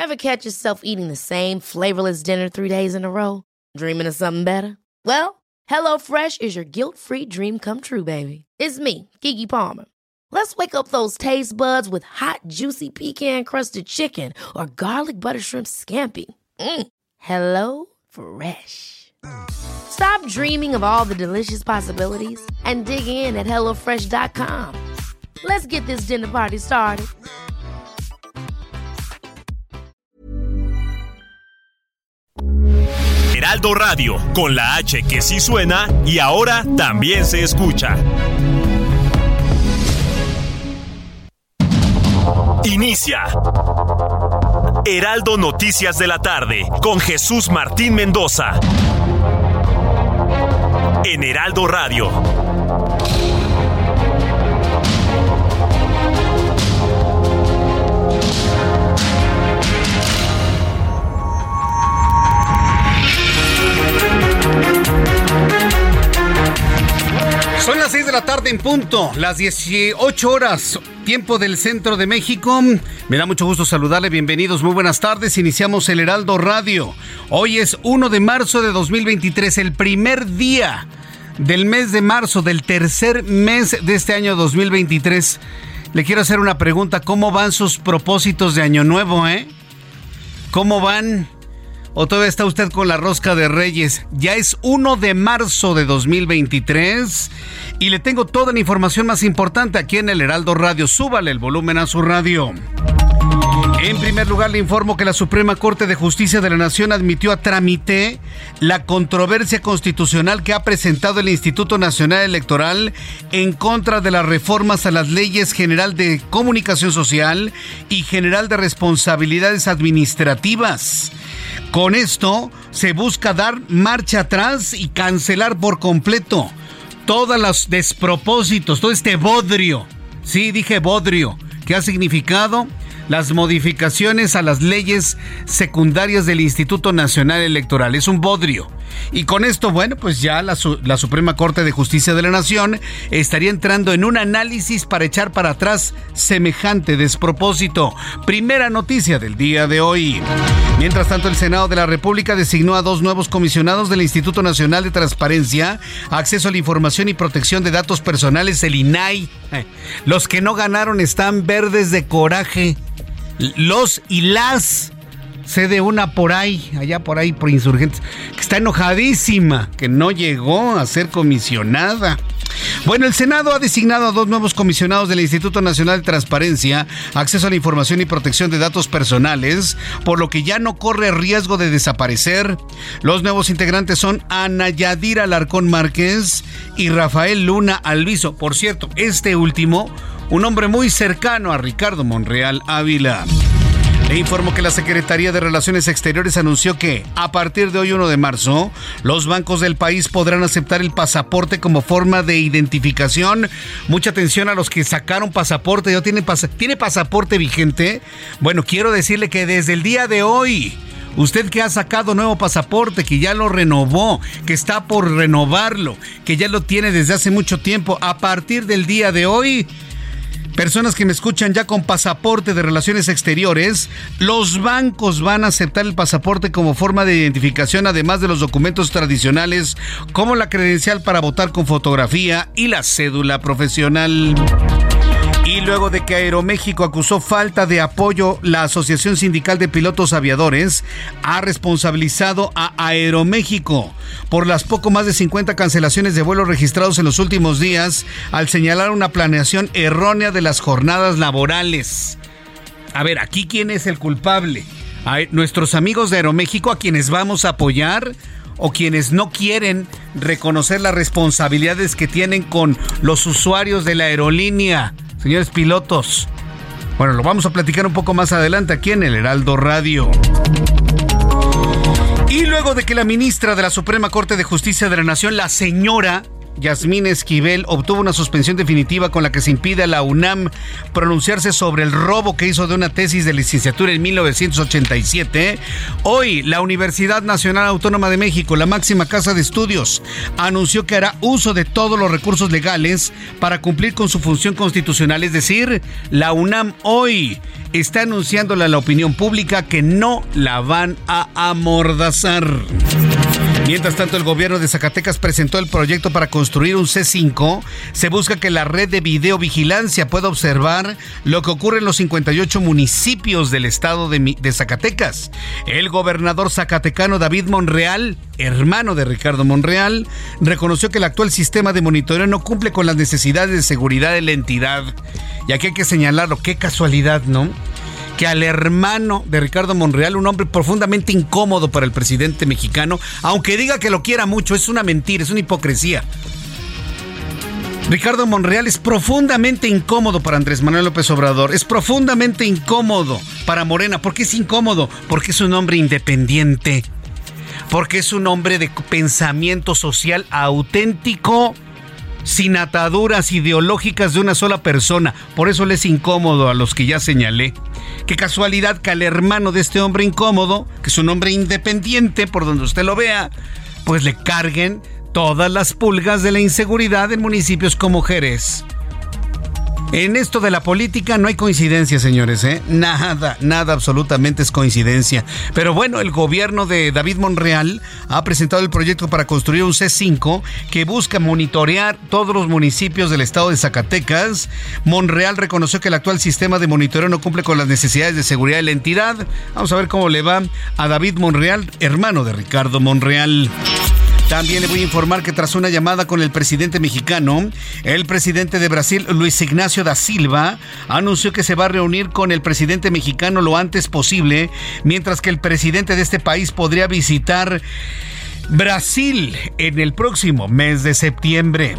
Ever catch yourself eating the same flavorless dinner 3 days in a row? Dreaming of something better? Well, HelloFresh is your guilt-free dream come true, baby. It's me, Keke Palmer. Let's wake up those taste buds with hot, juicy pecan-crusted chicken or garlic butter shrimp scampi. HelloFresh. Stop dreaming of all the delicious possibilities and dig in at HelloFresh.com. Let's get this dinner party started. Heraldo Radio, con la H que sí suena y ahora también se escucha. Inicia Heraldo Noticias de la tarde con Jesús Martín Mendoza en Heraldo Radio. Son las 6 de la tarde en punto, las 18 horas, tiempo del centro de México. Me da mucho gusto saludarle, bienvenidos, muy buenas tardes. Iniciamos el Heraldo Radio. Hoy es 1 de marzo de 2023, el primer día del mes de marzo, del tercer mes de este año 2023. Le quiero hacer una pregunta, ¿cómo van sus propósitos de año nuevo, ¿Cómo van? ¿O todavía está usted con la rosca de Reyes? Ya es 1 de marzo de 2023 y le tengo toda la información más importante aquí en el Heraldo Radio. Súbale el volumen a su radio. En primer lugar, le informo que la Suprema Corte de Justicia de la Nación admitió a trámite la controversia constitucional que ha presentado el Instituto Nacional Electoral en contra de las reformas a las leyes General de Comunicación Social y General de Responsabilidades Administrativas. Con esto se busca dar marcha atrás y cancelar por completo todos los despropósitos, todo este bodrio, sí, dije bodrio, que ha significado las modificaciones a las leyes secundarias del Instituto Nacional Electoral. Es un bodrio. Y con esto, bueno, pues ya la Suprema Corte de Justicia de la Nación estaría entrando en un análisis para echar para atrás semejante despropósito. Primera noticia del día de hoy. Mientras tanto, el Senado de la República designó a 2 nuevos comisionados del Instituto Nacional de Transparencia, Acceso a la Información y Protección de Datos Personales, el INAI. Los que no ganaron están verdes de coraje. Los y las... Sé de una por ahí, allá por ahí, por Insurgentes, que está enojadísima, que no llegó a ser comisionada. Bueno, el Senado ha designado a 2 nuevos comisionados del Instituto Nacional de Transparencia, Acceso a la Información y Protección de Datos Personales, por lo que ya no corre riesgo de desaparecer. Los nuevos integrantes son Ana Yadira Alarcón Márquez y Rafael Luna Alviso. Por cierto, este último, un hombre muy cercano a Ricardo Monreal Ávila. Le informo que la Secretaría de Relaciones Exteriores anunció que, a partir de hoy 1 de marzo, los bancos del país podrán aceptar el pasaporte como forma de identificación. Mucha atención a los que sacaron pasaporte, ¿ya tiene pasaporte vigente? Bueno, quiero decirle que desde el día de hoy, usted que ha sacado nuevo pasaporte, que ya lo renovó, que está por renovarlo, que ya lo tiene desde hace mucho tiempo, a partir del día de hoy, personas que me escuchan ya con pasaporte de Relaciones Exteriores, los bancos van a aceptar el pasaporte como forma de identificación, además de los documentos tradicionales como la credencial para votar con fotografía y la cédula profesional. Y luego de que Aeroméxico acusó falta de apoyo, la Asociación Sindical de Pilotos Aviadores ha responsabilizado a Aeroméxico por las poco más de 50 cancelaciones de vuelos registrados en los últimos días, al señalar una planeación errónea de las jornadas laborales. A ver, aquí ¿quién es el culpable? ¿Nuestros amigos de Aeroméxico, a quienes vamos a apoyar, o quienes no quieren reconocer las responsabilidades que tienen con los usuarios de la aerolínea? Señores pilotos, bueno, lo vamos a platicar un poco más adelante aquí en el Heraldo Radio. Y luego de que la ministra de la Suprema Corte de Justicia de la Nación, la señora Yasmín Esquivel obtuvo una suspensión definitiva con la que se impide a la UNAM pronunciarse sobre el robo que hizo de una tesis de licenciatura en 1987. Hoy, la Universidad Nacional Autónoma de México, la máxima casa de estudios, anunció que hará uso de todos los recursos legales para cumplir con su función constitucional. Es decir, la UNAM hoy está anunciándole a la opinión pública que no la van a amordazar. Mientras tanto, el gobierno de Zacatecas presentó el proyecto para construir un C5. Se busca que la red de videovigilancia pueda observar lo que ocurre en los 58 municipios del estado de Zacatecas. El gobernador zacatecano David Monreal, hermano de Ricardo Monreal, reconoció que el actual sistema de monitoreo no cumple con las necesidades de seguridad de la entidad. Y aquí hay que señalarlo, qué casualidad, ¿no? Que al hermano de Ricardo Monreal, un hombre profundamente incómodo para el presidente mexicano, aunque diga que lo quiera mucho, es una mentira, es una hipocresía. Ricardo Monreal es profundamente incómodo para Andrés Manuel López Obrador, es profundamente incómodo para Morena. ¿Por qué es incómodo? Porque es un hombre independiente, porque es un hombre de pensamiento social auténtico, sin ataduras ideológicas de una sola persona. Por eso le es incómodo a los que ya señalé. Qué casualidad que al hermano de este hombre incómodo, que es un hombre independiente por donde usted lo vea, pues le carguen todas las pulgas de la inseguridad en municipios como Jerez. En esto de la política no hay coincidencia, señores, ¿eh? Nada absolutamente es coincidencia. Pero bueno, el gobierno de David Monreal ha presentado el proyecto para construir un C5 que busca monitorear todos los municipios del estado de Zacatecas. Monreal reconoció que el actual sistema de monitoreo no cumple con las necesidades de seguridad de la entidad. Vamos a ver cómo le va a David Monreal, hermano de Ricardo Monreal. También le voy a informar que tras una llamada con el presidente mexicano, el presidente de Brasil, Luis Ignacio da Silva, anunció que se va a reunir con el presidente mexicano lo antes posible, mientras que el presidente de este país podría visitar Brasil en el próximo mes de septiembre.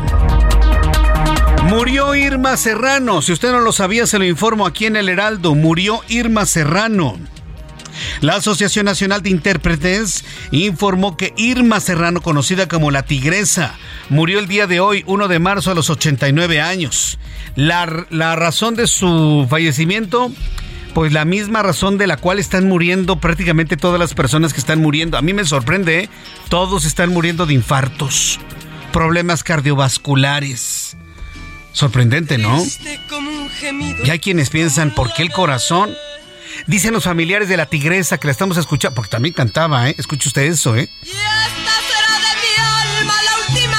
Murió Irma Serrano. Si usted no lo sabía, se lo informo aquí en El Heraldo. Murió Irma Serrano. La Asociación Nacional de Intérpretes informó que Irma Serrano, conocida como La Tigresa, murió el día de hoy, 1 de marzo, a los 89 años. La razón de su fallecimiento, pues la misma razón de la cual están muriendo prácticamente todas las personas que están muriendo. A mí me sorprende, ¿eh? Todos están muriendo de infartos, problemas cardiovasculares. Sorprendente, ¿no? Y hay quienes piensan, ¿por qué el corazón? Dicen los familiares de La Tigresa que la estamos escuchando, porque también cantaba, ¿eh? Escuche usted eso, ¿eh? Y esta será de mi alma la última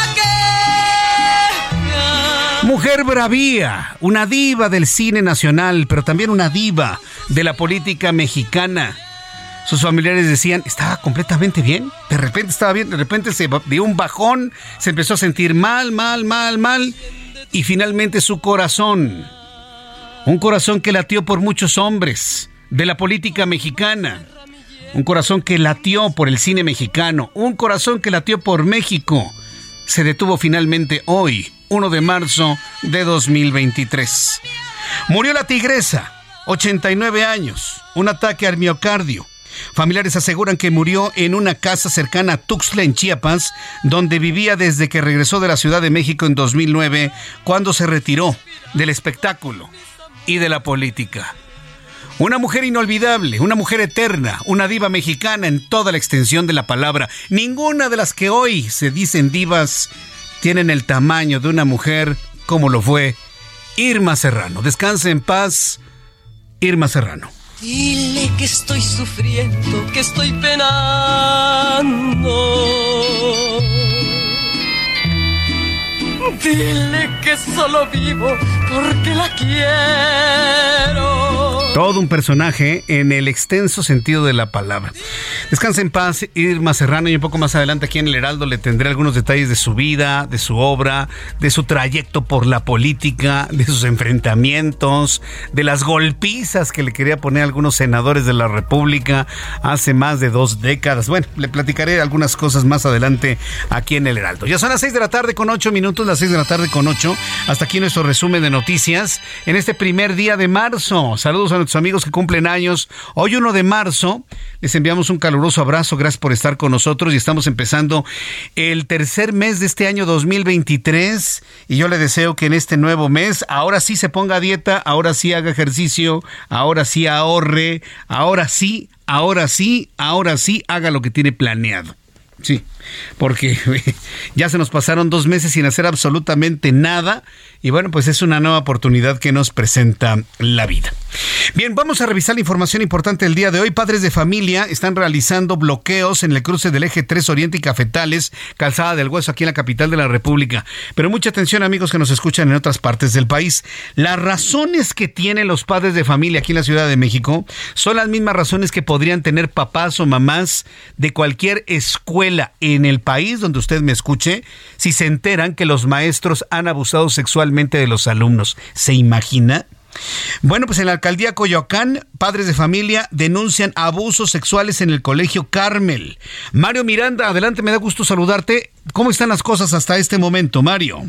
que... Mujer bravía, una diva del cine nacional, pero también una diva de la política mexicana. Sus familiares decían, estaba completamente bien, de repente estaba bien, de repente se dio un bajón, se empezó a sentir mal, y finalmente su corazón, un corazón que latió por muchos hombres de la política mexicana, un corazón que latió por el cine mexicano, un corazón que latió por México, se detuvo finalmente hoy, 1 de marzo de 2023. Murió La Tigresa, 89 años, un ataque al miocardio. Familiares aseguran que murió en una casa cercana a Tuxtla, en Chiapas, donde vivía desde que regresó de la Ciudad de México en 2009, cuando se retiró del espectáculo y de la política. Una mujer inolvidable, una mujer eterna, una diva mexicana en toda la extensión de la palabra. Ninguna de las que hoy se dicen divas tienen el tamaño de una mujer como lo fue Irma Serrano. Descanse en paz, Irma Serrano. Dile que estoy sufriendo, que estoy penando. Dile que solo vivo porque la quiero. Todo un personaje en el extenso sentido de la palabra. Descansa en paz, Irma Serrano, y un poco más adelante aquí en El Heraldo le tendré algunos detalles de su vida, de su obra, de su trayecto por la política, de sus enfrentamientos, de las golpizas que le quería poner a algunos senadores de la República hace más de 2 décadas. Bueno, le platicaré algunas cosas más adelante aquí en El Heraldo. Ya son las 6 de la tarde con 8 minutos, las 6 de la tarde con 8. Hasta aquí nuestro resumen de noticias en este primer día de marzo. Saludos a nuestros amigos que cumplen años. Hoy 1 de marzo, Les enviamos un caluroso abrazo, gracias por estar con nosotros y estamos empezando el tercer mes de este año 2023 y yo le deseo que en este nuevo mes ahora sí se ponga a dieta, ahora sí haga ejercicio, ahora sí ahorre, ahora sí haga lo que tiene planeado. Sí, porque ya se nos pasaron 2 meses sin hacer absolutamente nada y bueno, pues es una nueva oportunidad que nos presenta la vida. Bien, vamos a revisar la información importante del día de hoy. Padres de familia están realizando bloqueos en el cruce del eje 3 Oriente y Cafetales, Calzada del Hueso, aquí en la capital de la República. Pero mucha atención, amigos que nos escuchan en otras partes del país. Las razones que tienen los padres de familia aquí en la Ciudad de México son las mismas razones que podrían tener papás o mamás de cualquier escuela en el país donde usted me escuche, si se enteran que los maestros han abusado sexualmente de los alumnos. ¿Se imagina? Bueno, pues en la alcaldía Coyoacán, padres de familia denuncian abusos sexuales en el colegio Carmel. Mario Miranda, adelante, me da gusto saludarte. ¿Cómo están las cosas hasta este momento, Mario?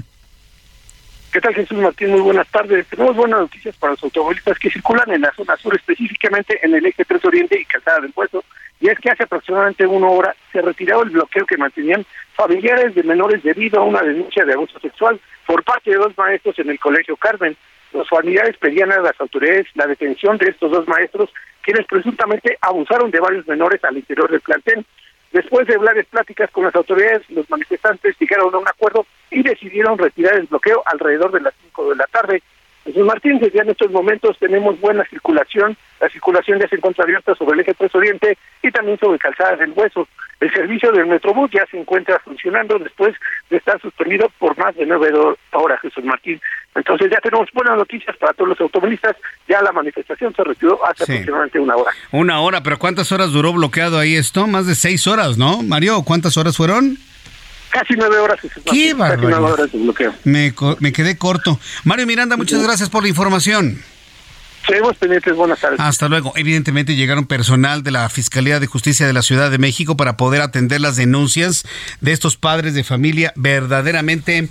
¿Qué tal, Jesús Martín? Muy buenas tardes. Tenemos buenas noticias para los automovilistas que circulan en la zona sur, específicamente en el eje 3 Oriente y Calzada del Hueso. Y es que hace aproximadamente 1 hora se retiró el bloqueo que mantenían familiares de menores debido a una denuncia de abuso sexual por parte de 2 maestros en el colegio Carmen. Los familiares pedían a las autoridades la detención de estos 2 maestros, quienes presuntamente abusaron de varios menores al interior del plantel. Después de varias pláticas con las autoridades, los manifestantes llegaron a un acuerdo y decidieron retirar el bloqueo alrededor de las 5 de la tarde. Jesús Martín, desde en estos momentos tenemos buena circulación. La circulación ya se encuentra abierta sobre el eje 3 Oriente y también sobre Calzada del Hueso. El servicio del Metrobús ya se encuentra funcionando después de estar suspendido por más de 9 horas, Jesús Martín. Entonces ya tenemos buenas noticias para todos los automovilistas. Ya la manifestación se retiró hace aproximadamente 1 hora. 1 hora, pero ¿cuántas horas duró bloqueado ahí esto? Más de 6 horas, ¿no, Mario? ¿Cuántas horas fueron? Casi 9 horas. ¡Qué barbaridad! Casi 9 horas de bloqueo. Me quedé corto. Mario Miranda, muchas gracias por la información. Seguimos pendientes, buenas tardes. Hasta luego. Evidentemente llegaron personal de la Fiscalía de Justicia de la Ciudad de México para poder atender las denuncias de estos padres de familia verdaderamente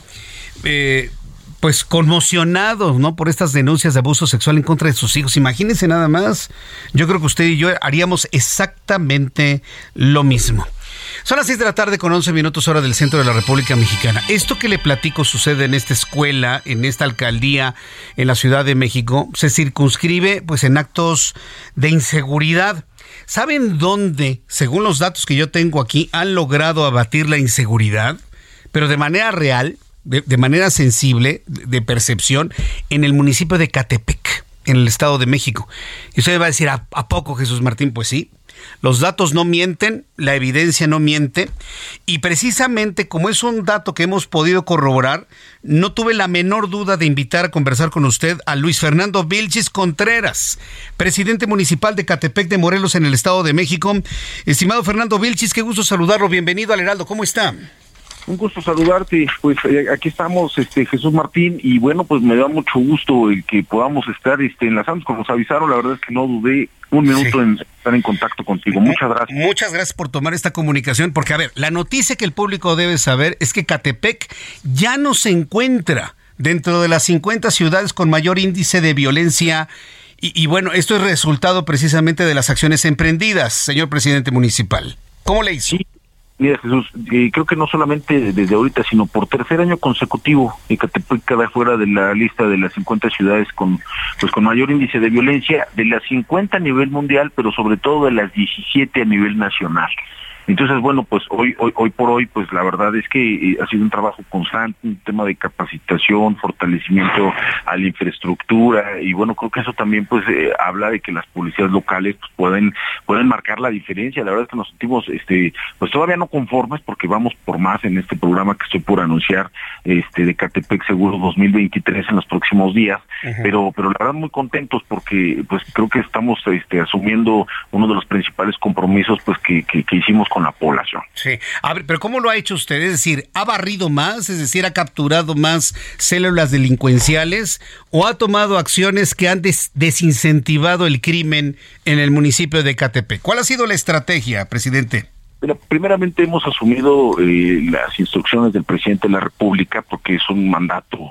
pues conmocionados, ¿no? Por estas denuncias de abuso sexual en contra de sus hijos. Imagínense nada más. Yo creo que usted y yo haríamos exactamente lo mismo. Son las 6 de la tarde con 11 minutos hora del centro de la República Mexicana. Esto que le platico sucede en esta escuela, en esta alcaldía, en la Ciudad de México, se circunscribe pues en actos de inseguridad. ¿Saben dónde, según los datos que yo tengo aquí, han logrado abatir la inseguridad? Pero de manera real, de manera sensible, de percepción, en el municipio de Catepec, en el Estado de México. Y usted va a decir, ¿a poco, Jesús Martín? Pues sí. Los datos no mienten, la evidencia no miente y precisamente como es un dato que hemos podido corroborar, no tuve la menor duda de invitar a conversar con usted a Luis Fernando Vilchis Contreras, presidente municipal de Catepec de Morelos en el Estado de México. Estimado Fernando Vilchis, qué gusto saludarlo, bienvenido al Heraldo, ¿cómo está? Un gusto saludarte, pues aquí estamos, Jesús Martín, y bueno, pues me da mucho gusto el que podamos estar enlazados, como nos avisaron, la verdad es que no dudé un minuto en estar en contacto contigo. Muchas gracias. Muchas gracias por tomar esta comunicación, porque a ver, la noticia que el público debe saber es que Catepec ya no se encuentra dentro de las 50 ciudades con mayor índice de violencia y bueno, esto es resultado precisamente de las acciones emprendidas, señor presidente municipal. ¿Cómo le hizo? Sí. Mira, Jesús, creo que no solamente desde ahorita, sino por tercer año consecutivo, Catepec queda fuera de la lista de las 50 ciudades con mayor índice de violencia, de las 50 a nivel mundial, pero sobre todo de las 17 a nivel nacional. Entonces, bueno, pues hoy por hoy, pues la verdad es que ha sido un trabajo constante, un tema de capacitación, fortalecimiento a la infraestructura, y bueno, creo que eso también pues habla de que las policías locales pues pueden marcar la diferencia. La verdad es que nos sentimos pues todavía no conformes porque vamos por más en este programa que estoy por anunciar de Catepec Seguro 2023 en los próximos días. Uh-huh. Pero la verdad muy contentos porque pues creo que estamos asumiendo uno de los principales compromisos pues que hicimos con la población. Sí. A ver, pero ¿cómo lo ha hecho usted? Es decir, ¿ha barrido más? Es decir, ¿ha capturado más células delincuenciales? ¿O ha tomado acciones que han desincentivado el crimen en el municipio de Catepec? ¿Cuál ha sido la estrategia, presidente? Pero primeramente hemos asumido las instrucciones del presidente de la República porque es un mandato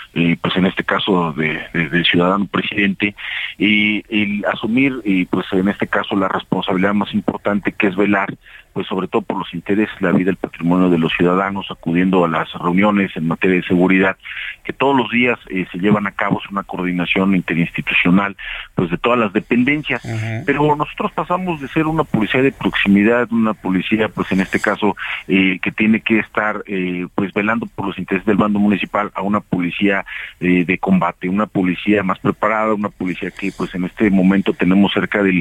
pues en este caso del ciudadano presidente, el asumir, pues en este caso la responsabilidad más importante, que es velar pues sobre todo por los intereses, la vida, el patrimonio de los ciudadanos, acudiendo a las reuniones en materia de seguridad, que todos los días se llevan a cabo. Es una coordinación interinstitucional, pues de todas las dependencias. Uh-huh. Pero nosotros pasamos de ser una policía de proximidad, una policía, pues en este caso, que tiene que estar, pues velando por los intereses del bando municipal, a una policía de combate, una policía más preparada, una policía que, pues en este momento tenemos cerca del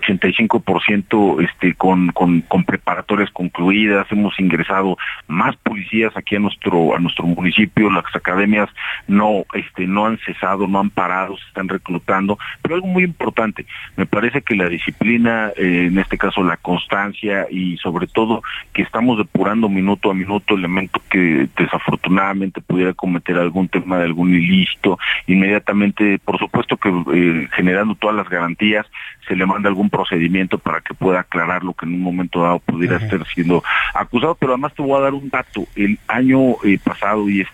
85% con preparatorias concluidas. Hemos ingresado más policías aquí a nuestro municipio. Las academias no han cesado, no han parado, se están reclutando. Pero algo muy importante, me parece que la disciplina, en este caso la constancia, y sobre todo que estamos depurando minuto a minuto elemento que desafortunadamente pudiera cometer algún tema de algún ilícito, inmediatamente, por supuesto que generando todas las garantías, se le manda algún procedimiento para que pueda aclarar lo que en un momento dado pudiera estar siendo acusado. Pero además te voy a dar un dato. El año pasado y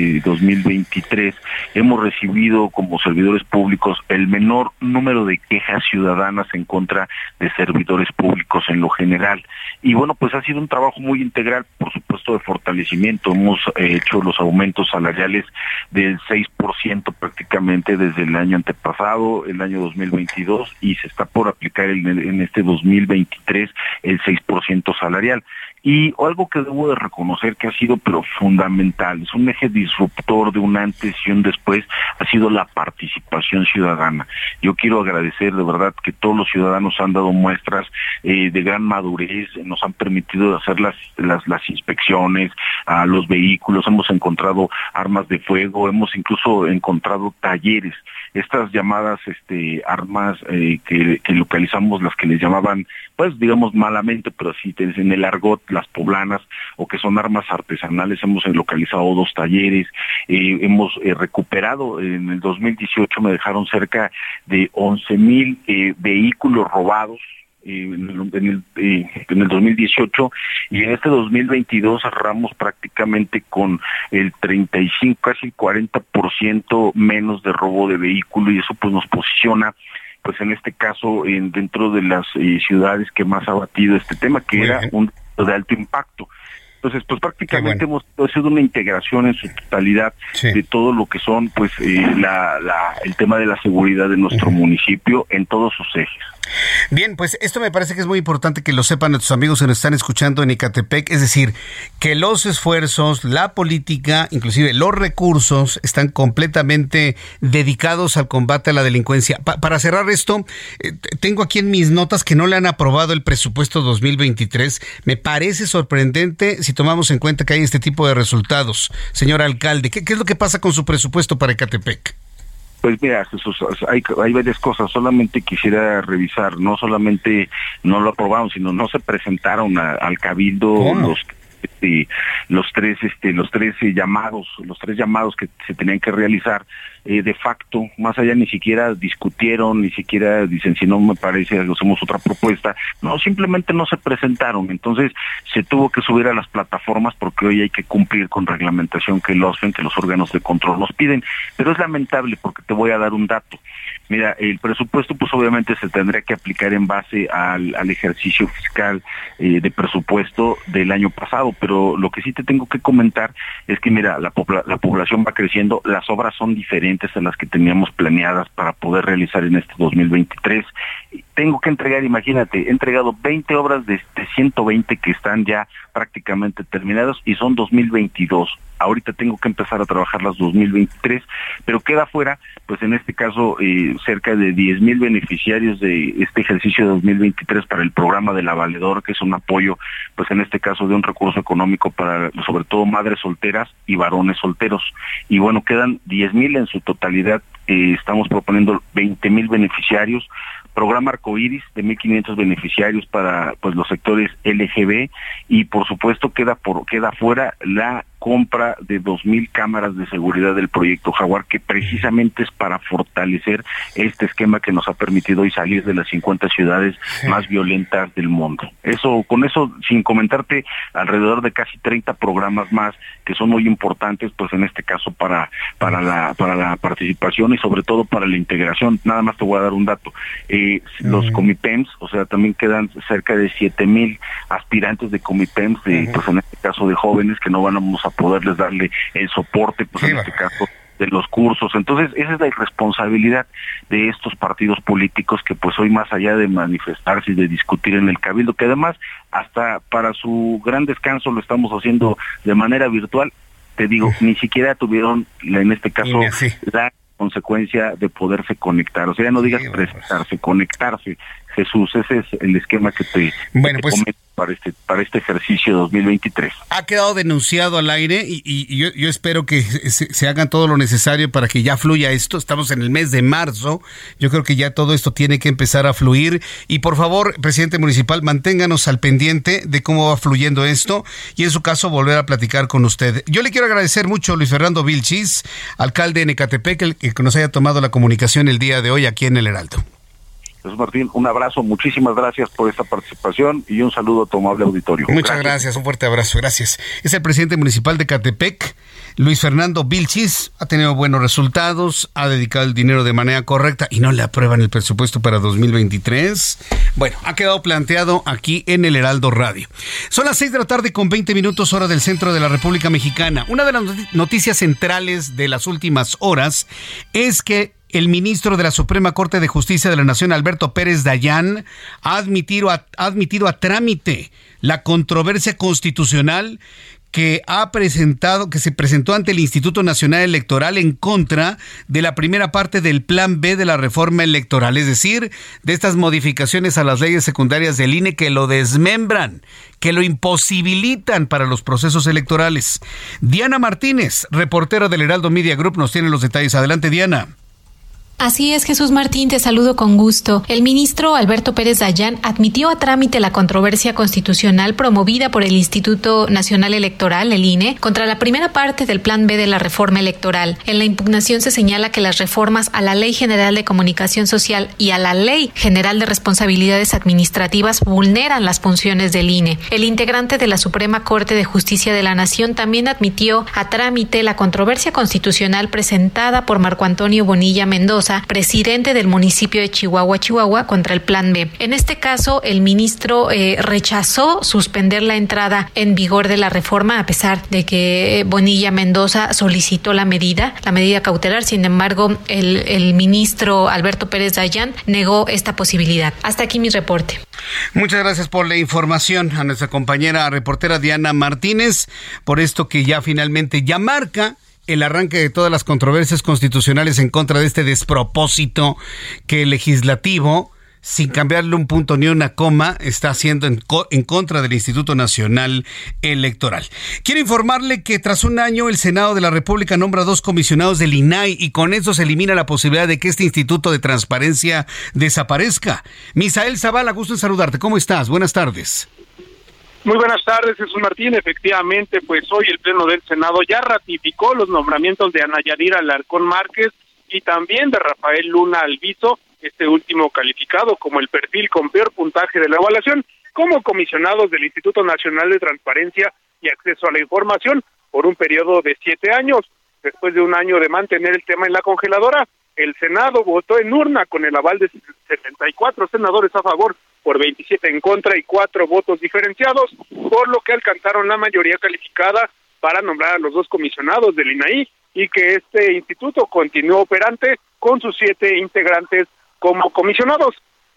2023 hemos recibido como servidores públicos el menor número de quejas ciudadanas en contra de servidores públicos en lo general. Y bueno, pues ha sido un trabajo muy integral, por supuesto, de fortalecimiento. Hemos hecho los aumentos salariales del 6% prácticamente desde el año antepasado, el año 2022, y se está por aplicar en este 2023 el 6% salarial. Y algo que debo de reconocer que ha sido pero fundamental, es un eje disruptor de un antes y un después, ha sido la participación ciudadana. Yo quiero agradecer de verdad que todos los ciudadanos han dado muestras de gran madurez, nos han permitido hacer las inspecciones a los vehículos, hemos encontrado armas de fuego, hemos incluso encontrado talleres. Estas llamadas armas que localizamos, las que les llamaban, pues digamos malamente, pero así en el argot, las poblanas, o que son armas artesanales. Hemos localizado 2 talleres, hemos recuperado, en el 2018 me dejaron cerca de 11,000 vehículos robados, en el 2018, y en este 2022 cerramos prácticamente con el 35, casi el 40% menos de robo de vehículo, y eso pues nos posiciona, pues en este caso, dentro de las ciudades que más ha batido este tema, que era un de alto impacto. Entonces, pues prácticamente hemos sido una integración en su totalidad de todo lo que son, pues, el tema de la seguridad de nuestro municipio en todos sus ejes. Bien, pues esto me parece que es muy importante que lo sepan nuestros amigos que nos están escuchando en Ecatepec, es decir, que los esfuerzos, la política, inclusive los recursos, están completamente dedicados al combate a la delincuencia. Para cerrar esto, tengo aquí en mis notas que no le han aprobado el presupuesto 2023. Me parece sorprendente si tomamos en cuenta que hay este tipo de resultados. Señor alcalde, ¿qué es lo que pasa con su presupuesto para Ecatepec? Pues mira, Jesús, hay varias cosas. Solamente quisiera revisar, no solamente no lo aprobaron, sino no se presentaron al cabildo los tres llamados que se tenían que realizar. De facto, más allá, ni siquiera discutieron, ni siquiera dicen, si no me parece, hacemos otra propuesta. No, simplemente no se presentaron. Entonces se tuvo que subir a las plataformas, porque hoy hay que cumplir con reglamentación que los órganos de control nos piden. Pero es lamentable, porque te voy a dar un dato. Mira, el presupuesto pues obviamente se tendría que aplicar en base al ejercicio fiscal de presupuesto del año pasado, pero lo que sí te tengo que comentar es que mira, la población va creciendo, las obras son diferentes a las que teníamos planeadas para poder realizar en este 2023. Tengo que entregar, imagínate, he entregado 20 obras de 120 que están ya prácticamente terminadas y son 2022. Ahorita tengo que empezar a trabajar las 2023, pero queda fuera, pues en este caso, cerca de 10,000 beneficiarios de este ejercicio de 2023 para el programa de La Valedora, que es un apoyo, pues en este caso de un recurso económico para sobre todo madres solteras y varones solteros. Y bueno, quedan 10,000 en su totalidad. Estamos proponiendo 20,000 beneficiarios programa Arcoíris de 1,500 beneficiarios para pues los sectores LGB, y por supuesto queda fuera la compra de 2,000 cámaras de seguridad del proyecto Jaguar, que precisamente es para fortalecer este esquema que nos ha permitido hoy salir de las 50 ciudades más violentas del mundo. Con eso, sin comentarte, alrededor de casi 30 programas más que son muy importantes, pues en este caso para la participación y sobre todo para la integración. Nada más te voy a dar un dato. Los Comipems, o sea, también quedan cerca de 7,000 aspirantes de Comipems, pues en este caso de jóvenes que no vamos a poderles darle el soporte, pues en este caso de los cursos. Entonces, esa es la irresponsabilidad de estos partidos políticos que pues hoy, más allá de manifestarse y de discutir en el Cabildo, que además hasta para su gran descanso lo estamos haciendo de manera virtual, te digo, ni siquiera tuvieron en este caso la consecuencia de poderse conectar. O sea, ya no digas presentarse, conectarse. Jesús, ese es el esquema que te comento para este ejercicio 2023. Ha quedado denunciado al aire y yo espero que se haga todo lo necesario para que ya fluya esto. Estamos en el mes de marzo. Yo creo que ya todo esto tiene que empezar a fluir. Y por favor, presidente municipal, manténganos al pendiente de cómo va fluyendo esto y en su caso volver a platicar con usted. Yo le quiero agradecer mucho a Luis Fernando Vilchis, alcalde de Ecatepec, el que nos haya tomado la comunicación el día de hoy aquí en El Heraldo. Jesús Martín, un abrazo, muchísimas gracias por esta participación y un saludo a tu amable auditorio. Muchas gracias, un fuerte abrazo, gracias. Es el presidente municipal de Ecatepec, Luis Fernando Vilchis. Ha tenido buenos resultados, ha dedicado el dinero de manera correcta y no le aprueban el presupuesto para 2023. Bueno, ha quedado planteado aquí en El Heraldo Radio. Son las 6 de la tarde con 20 minutos hora del centro de la República Mexicana. Una de las noticias centrales de las últimas horas es que el ministro de la Suprema Corte de Justicia de la Nación, Alberto Pérez Dayán, ha admitido a trámite la controversia constitucional que se presentó ante el Instituto Nacional Electoral en contra de la primera parte del Plan B de la reforma electoral, es decir, de estas modificaciones a las leyes secundarias del INE que lo desmembran, que lo imposibilitan para los procesos electorales. Diana Martínez, reportera del Heraldo Media Group, nos tiene los detalles. Adelante, Diana. Así es, Jesús Martín, te saludo con gusto. El ministro Alberto Pérez Dayán admitió a trámite la controversia constitucional promovida por el Instituto Nacional Electoral, el INE, contra la primera parte del Plan B de la reforma electoral. En la impugnación se señala que las reformas a la Ley General de Comunicación Social y a la Ley General de Responsabilidades Administrativas vulneran las funciones del INE. El integrante de la Suprema Corte de Justicia de la Nación también admitió a trámite la controversia constitucional presentada por Marco Antonio Bonilla Mendoza, presidente del municipio de Chihuahua, contra el Plan B. En este caso, el ministro rechazó suspender la entrada en vigor de la reforma, a pesar de que Bonilla Mendoza solicitó la medida cautelar. Sin embargo, el ministro Alberto Pérez Dayán negó esta posibilidad. Hasta aquí mi reporte. Muchas gracias por la información a nuestra compañera reportera Diana Martínez, por esto que ya finalmente ya marca el arranque de todas las controversias constitucionales en contra de este despropósito que el legislativo, sin cambiarle un punto ni una coma, está haciendo en contra del Instituto Nacional Electoral. Quiero informarle que tras un año el Senado de la República nombra 2 comisionados del INAI y con eso se elimina la posibilidad de que este Instituto de Transparencia desaparezca. Misael Zavala, gusto en saludarte. ¿Cómo estás? Buenas tardes. Muy buenas tardes, Jesús Martín. Efectivamente, pues hoy el Pleno del Senado ya ratificó los nombramientos de Ana Yadira Alarcón Márquez y también de Rafael Luna Alviso, este último calificado como el perfil con peor puntaje de la evaluación, como comisionados del Instituto Nacional de Transparencia y Acceso a la Información por un periodo de 7 años. Después de un año de mantener el tema en la congeladora, el Senado votó en urna con el aval de 74 senadores a favor, por 27 en contra y 4 votos diferenciados, por lo que alcanzaron la mayoría calificada para nombrar a los 2 comisionados del INAI y que este instituto continúe operante con sus 7 integrantes como comisionados.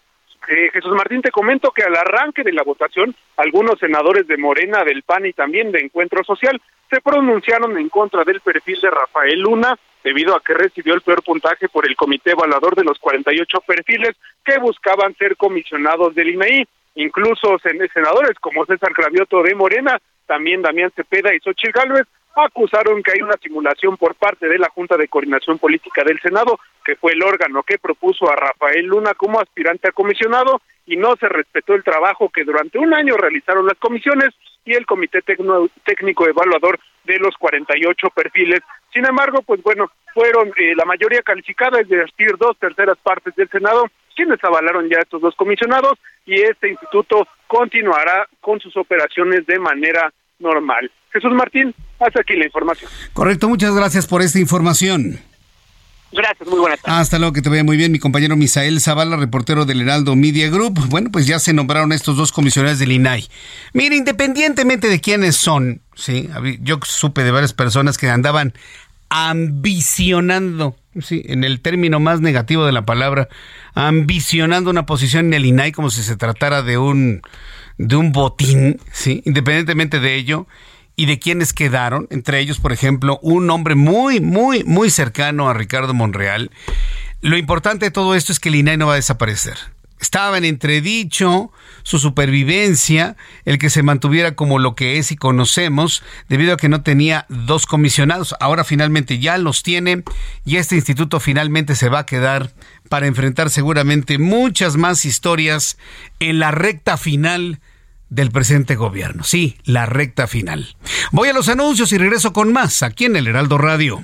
Jesús Martín, te comento que al arranque de la votación, algunos senadores de Morena, del PAN y también de Encuentro Social se pronunciaron en contra del perfil de Rafael Luna, debido a que recibió el peor puntaje por el comité evaluador de los 48 perfiles que buscaban ser comisionados del INAI. Incluso senadores como César Cravioto de Morena, también Damián Cepeda y Xochitl Gálvez, acusaron que hay una simulación por parte de la Junta de Coordinación Política del Senado, que fue el órgano que propuso a Rafael Luna como aspirante a comisionado, y no se respetó el trabajo que durante un año realizaron las comisiones y el Comité Técnico Evaluador de los 48 perfiles. Sin embargo, pues bueno, fueron la mayoría calificada, es decir, 2/3 partes del Senado, quienes avalaron ya estos dos comisionados, y este instituto continuará con sus operaciones de manera normal. Jesús Martín, hasta aquí la información. Correcto, muchas gracias por esta información. Gracias, muy buenas tardes. Hasta luego, que te vaya muy bien. Mi compañero Misael Zavala, reportero del Heraldo Media Group. Bueno, pues ya se nombraron estos dos comisionados del INAI. Mire, independientemente de quiénes son, sí, yo supe de varias personas que andaban ambicionando, sí, en el término más negativo de la palabra, ambicionando una posición en el INAI como si se tratara de un botín, sí, independientemente de ello. Y de quienes quedaron, entre ellos, por ejemplo, un hombre muy cercano a Ricardo Monreal. Lo importante de todo esto es que el INAI no va a desaparecer. Estaba en entredicho su supervivencia, el que se mantuviera como lo que es y conocemos, debido a que no tenía dos comisionados. Ahora finalmente ya los tiene, y este instituto finalmente se va a quedar para enfrentar seguramente muchas más historias en la recta final del presente gobierno. Sí, la recta final. Voy a los anuncios y regreso con más aquí en el Heraldo Radio.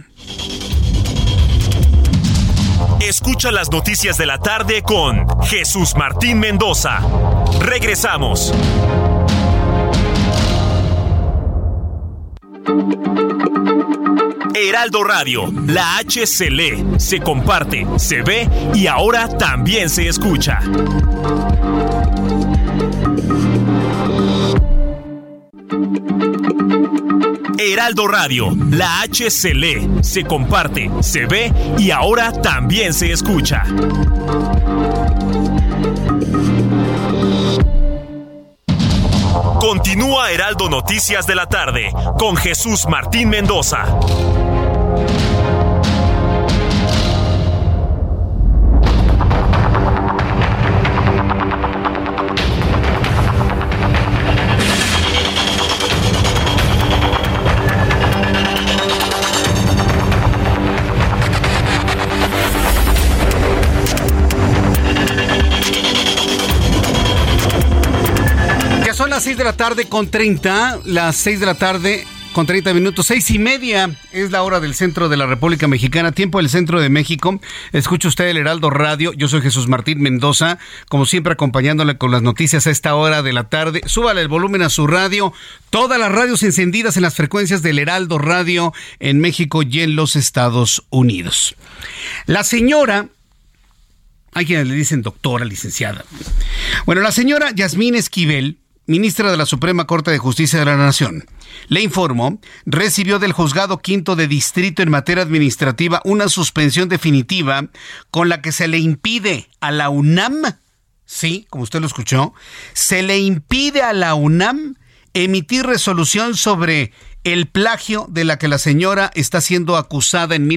Escucha las noticias de la tarde con Jesús Martín Mendoza. Regresamos. Heraldo Radio, la H se lee, se comparte, se ve y ahora también se escucha. Heraldo Radio, la H se lee, se comparte, se ve y ahora también se escucha. Continúa Heraldo Noticias de la tarde con Jesús Martín Mendoza. Son las 6 de la tarde con 30, las 6 de la tarde con 30 minutos, 6:30 es la hora del centro de la República Mexicana, tiempo del centro de México. Escucha usted el Heraldo Radio, yo soy Jesús Martín Mendoza, como siempre acompañándole con las noticias a esta hora de la tarde. Súbale el volumen a su radio, todas las radios encendidas en las frecuencias del Heraldo Radio en México y en los Estados Unidos. La señora, hay quienes le dicen doctora, licenciada. Bueno, la señora Yasmín Esquivel, ministra de la Suprema Corte de Justicia de la Nación, le informó, recibió del Juzgado Quinto de Distrito en materia administrativa una suspensión definitiva con la que se le impide a la UNAM, sí, como usted lo escuchó, se le impide a la UNAM emitir resolución sobre el plagio de la que la señora está siendo acusada en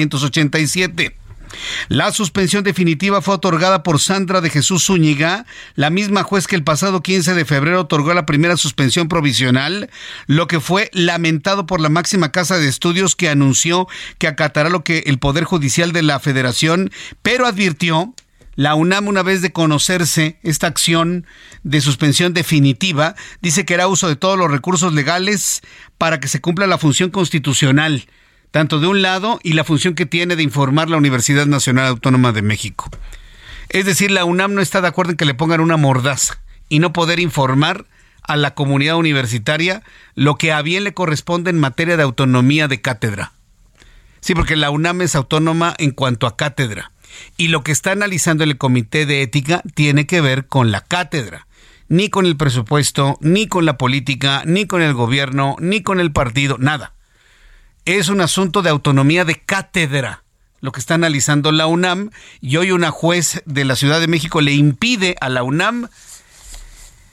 1987. La suspensión definitiva fue otorgada por Sandra de Jesús Zúñiga, la misma juez que el pasado 15 de febrero otorgó la primera suspensión provisional, lo que fue lamentado por la máxima casa de estudios, que anunció que acatará lo que el Poder Judicial de la Federación, pero advirtió: la UNAM, una vez de conocerse esta acción de suspensión definitiva, dice que hará uso de todos los recursos legales para que se cumpla la función constitucional, tanto de un lado, y la función que tiene de informar la Universidad Nacional Autónoma de México. Es decir, la UNAM no está de acuerdo en que le pongan una mordaza y no poder informar a la comunidad universitaria lo que a bien le corresponde en materia de autonomía de cátedra. Sí, porque la UNAM es autónoma en cuanto a cátedra, y lo que está analizando el Comité de Ética tiene que ver con la cátedra. Ni con el presupuesto, ni con la política, ni con el gobierno, ni con el partido, nada. Es un asunto de autonomía de cátedra lo que está analizando la UNAM, y hoy una juez de la Ciudad de México le impide a la UNAM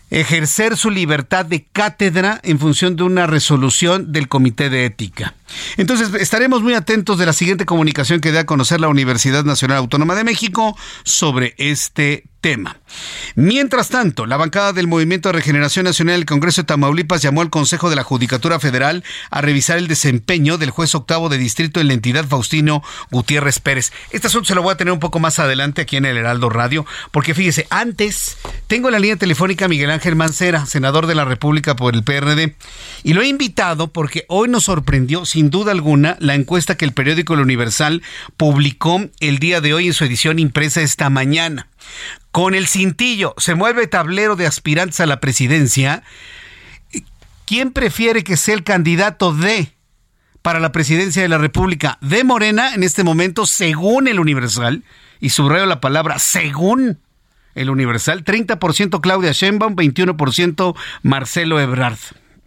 ejercer su libertad de cátedra en función de una resolución del Comité de Ética. Entonces, estaremos muy atentos de la siguiente comunicación que dé a conocer la Universidad Nacional Autónoma de México sobre este tema. Mientras tanto, la bancada del Movimiento de Regeneración Nacional del Congreso de Tamaulipas llamó al Consejo de la Judicatura Federal a revisar el desempeño del juez octavo de distrito en la entidad, Faustino Gutiérrez Pérez. Este asunto se lo voy a tener un poco más adelante aquí en el Heraldo Radio, porque fíjese, antes tengo en la línea telefónica a Miguel Ángel Mancera, senador de la República por el PRD, y lo he invitado porque hoy nos sorprendió, sin duda alguna, la encuesta que el periódico El Universal publicó el día de hoy en su edición impresa esta mañana. Con el cintillo, se mueve tablero de aspirantes a la presidencia. ¿Quién prefiere que sea el candidato para la presidencia de la República de Morena en este momento, según El Universal? Y subrayo la palabra según El Universal. 30% Claudia Sheinbaum, 21% Marcelo Ebrard.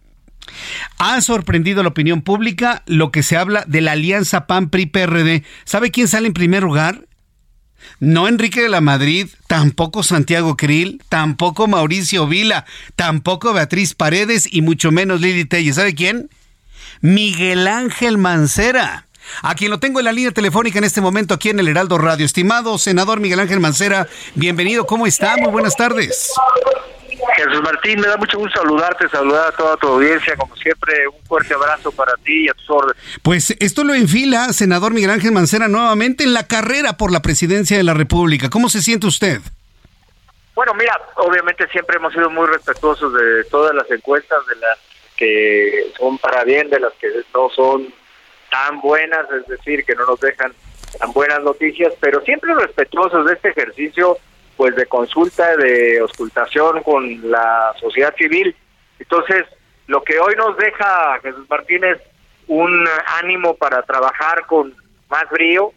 Ha sorprendido a la opinión pública lo que se habla de la alianza PAN-PRI-PRD. ¿Sabe quién sale en primer lugar? No Enrique de la Madrid, tampoco Santiago Krill, tampoco Mauricio Vila, tampoco Beatriz Paredes y mucho menos Lili Telles. ¿Sabe quién? Miguel Ángel Mancera, a quien lo tengo en la línea telefónica en este momento aquí en el Heraldo Radio. Estimado senador Miguel Ángel Mancera, bienvenido, ¿cómo está? Muy buenas tardes. Jesús Martín, me da mucho gusto saludarte, saludar a toda tu audiencia, como siempre, un fuerte abrazo para ti y a tus órdenes. Pues esto lo enfila, senador Miguel Ángel Mancera, nuevamente en la carrera por la presidencia de la República. ¿Cómo se siente usted? Bueno, mira, obviamente siempre hemos sido muy respetuosos de todas las encuestas, de las que son para bien, de las que no son tan buenas, es decir, que no nos dejan tan buenas noticias, pero siempre respetuosos de este ejercicio pues de consulta, de auscultación con la sociedad civil. Entonces, lo que hoy nos deja Jesús Martín es un ánimo para trabajar con más brío,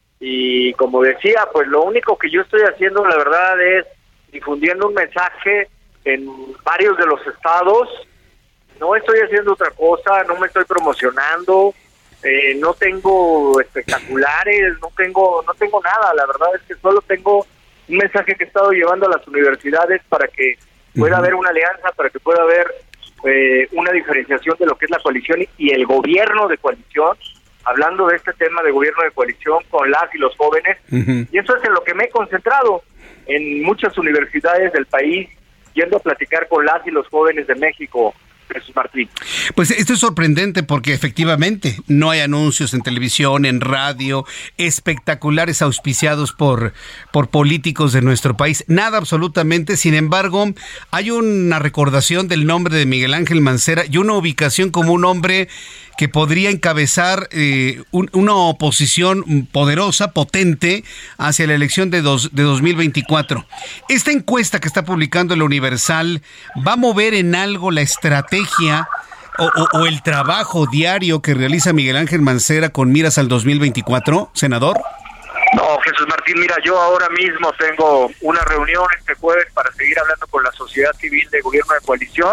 y como decía, pues lo único que yo estoy haciendo, la verdad, es difundiendo un mensaje en varios de los estados. No estoy haciendo otra cosa, no me estoy promocionando, no tengo espectaculares, no tengo nada. La verdad es que solo tengo un mensaje que he estado llevando a las universidades para que pueda haber una alianza, para que pueda haber una diferenciación de lo que es la coalición y el gobierno de coalición, hablando de este tema de gobierno de coalición con las y los jóvenes. Y eso es en lo que me he concentrado en muchas universidades del país, yendo a platicar con las y los jóvenes de México. Jesús Martín. Pues esto es sorprendente porque efectivamente no hay anuncios en televisión, en radio, espectaculares auspiciados por políticos de nuestro país, nada absolutamente. Sin embargo, hay una recordación del nombre de Miguel Ángel Mancera y una ubicación como un hombre que podría encabezar una oposición poderosa, potente, hacia la elección de 2024. Esta encuesta que está publicando el Universal va a mover en algo la estrategia o el trabajo diario que realiza Miguel Ángel Mancera con miras al 2024, senador. No, Jesús Martín, mira, yo ahora mismo tengo una reunión este jueves para seguir hablando con la sociedad civil de gobierno de coalición.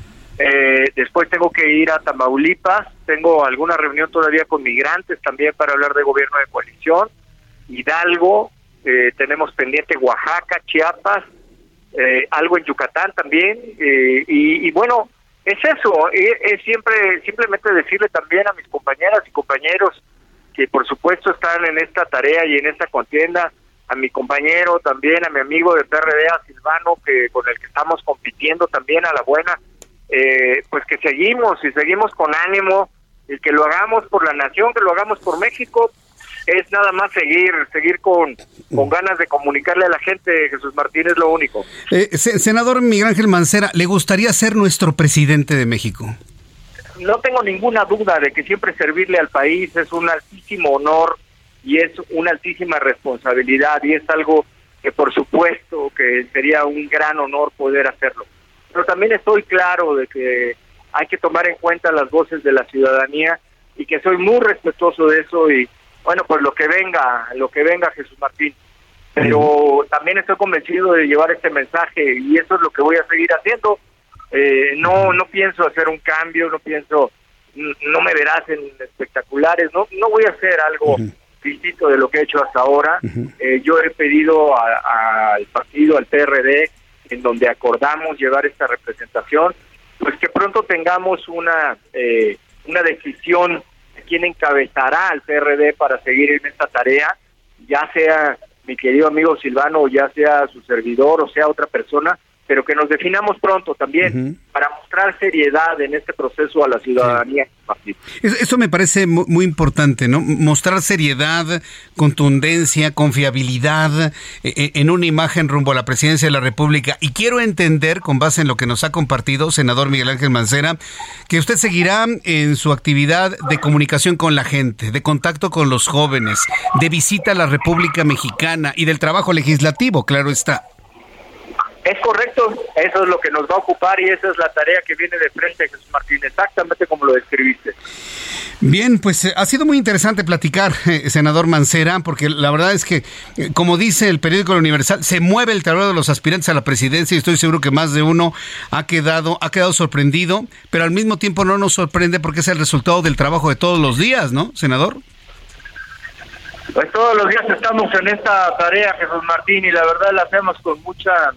Después tengo que ir a Tamaulipas, tengo alguna reunión todavía con migrantes también para hablar de gobierno de coalición, Hidalgo, tenemos pendiente Oaxaca, Chiapas, algo en Yucatán también, y bueno, es eso, es simplemente decirle también a mis compañeras y compañeros que por supuesto están en esta tarea y en esta contienda, a mi compañero también, a mi amigo de PRD, a Silvano, que con el que estamos compitiendo también a la buena, pues que seguimos con ánimo, y que lo hagamos por la nación, que lo hagamos por México. Es nada más seguir con ganas de comunicarle a la gente. Jesús Martín, es lo único. Senador Miguel Ángel Mancera, ¿le gustaría ser nuestro presidente de México? No tengo ninguna duda de que siempre servirle al país es un altísimo honor y es una altísima responsabilidad, y es algo que por supuesto que sería un gran honor poder hacerlo. Pero también estoy claro de que hay que tomar en cuenta las voces de la ciudadanía, y que soy muy respetuoso de eso, y bueno, pues lo que venga Jesús Martín. Pero también estoy convencido de llevar este mensaje, y eso es lo que voy a seguir haciendo. No pienso hacer un cambio, no me verás en espectaculares, no voy a hacer algo distinto de lo que he hecho hasta ahora. Yo he pedido al partido, al PRD, en donde acordamos llevar esta representación, pues que pronto tengamos una decisión de quién encabezará al PRD para seguir en esta tarea, ya sea mi querido amigo Silvano, o ya sea su servidor, o sea otra persona, pero que nos definamos pronto también para mostrar seriedad en este proceso a la ciudadanía. Sí. Eso me parece muy importante, ¿no? Mostrar seriedad, contundencia, confiabilidad en una imagen rumbo a la presidencia de la República. Y quiero entender, con base en lo que nos ha compartido, senador Miguel Ángel Mancera, que usted seguirá en su actividad de comunicación con la gente, de contacto con los jóvenes, de visita a la República Mexicana y del trabajo legislativo, claro está. Es correcto, eso es lo que nos va a ocupar y esa es la tarea que viene de frente, Jesús Martín, exactamente como lo describiste. Bien, pues ha sido muy interesante platicar, senador Mancera, porque la verdad es que, como dice el periódico El Universal, se mueve el tablero de los aspirantes a la presidencia y estoy seguro que más de uno ha quedado sorprendido, pero al mismo tiempo no nos sorprende porque es el resultado del trabajo de todos los días, ¿no, senador? Pues todos los días estamos en esta tarea, Jesús Martín, y la verdad la hacemos con mucha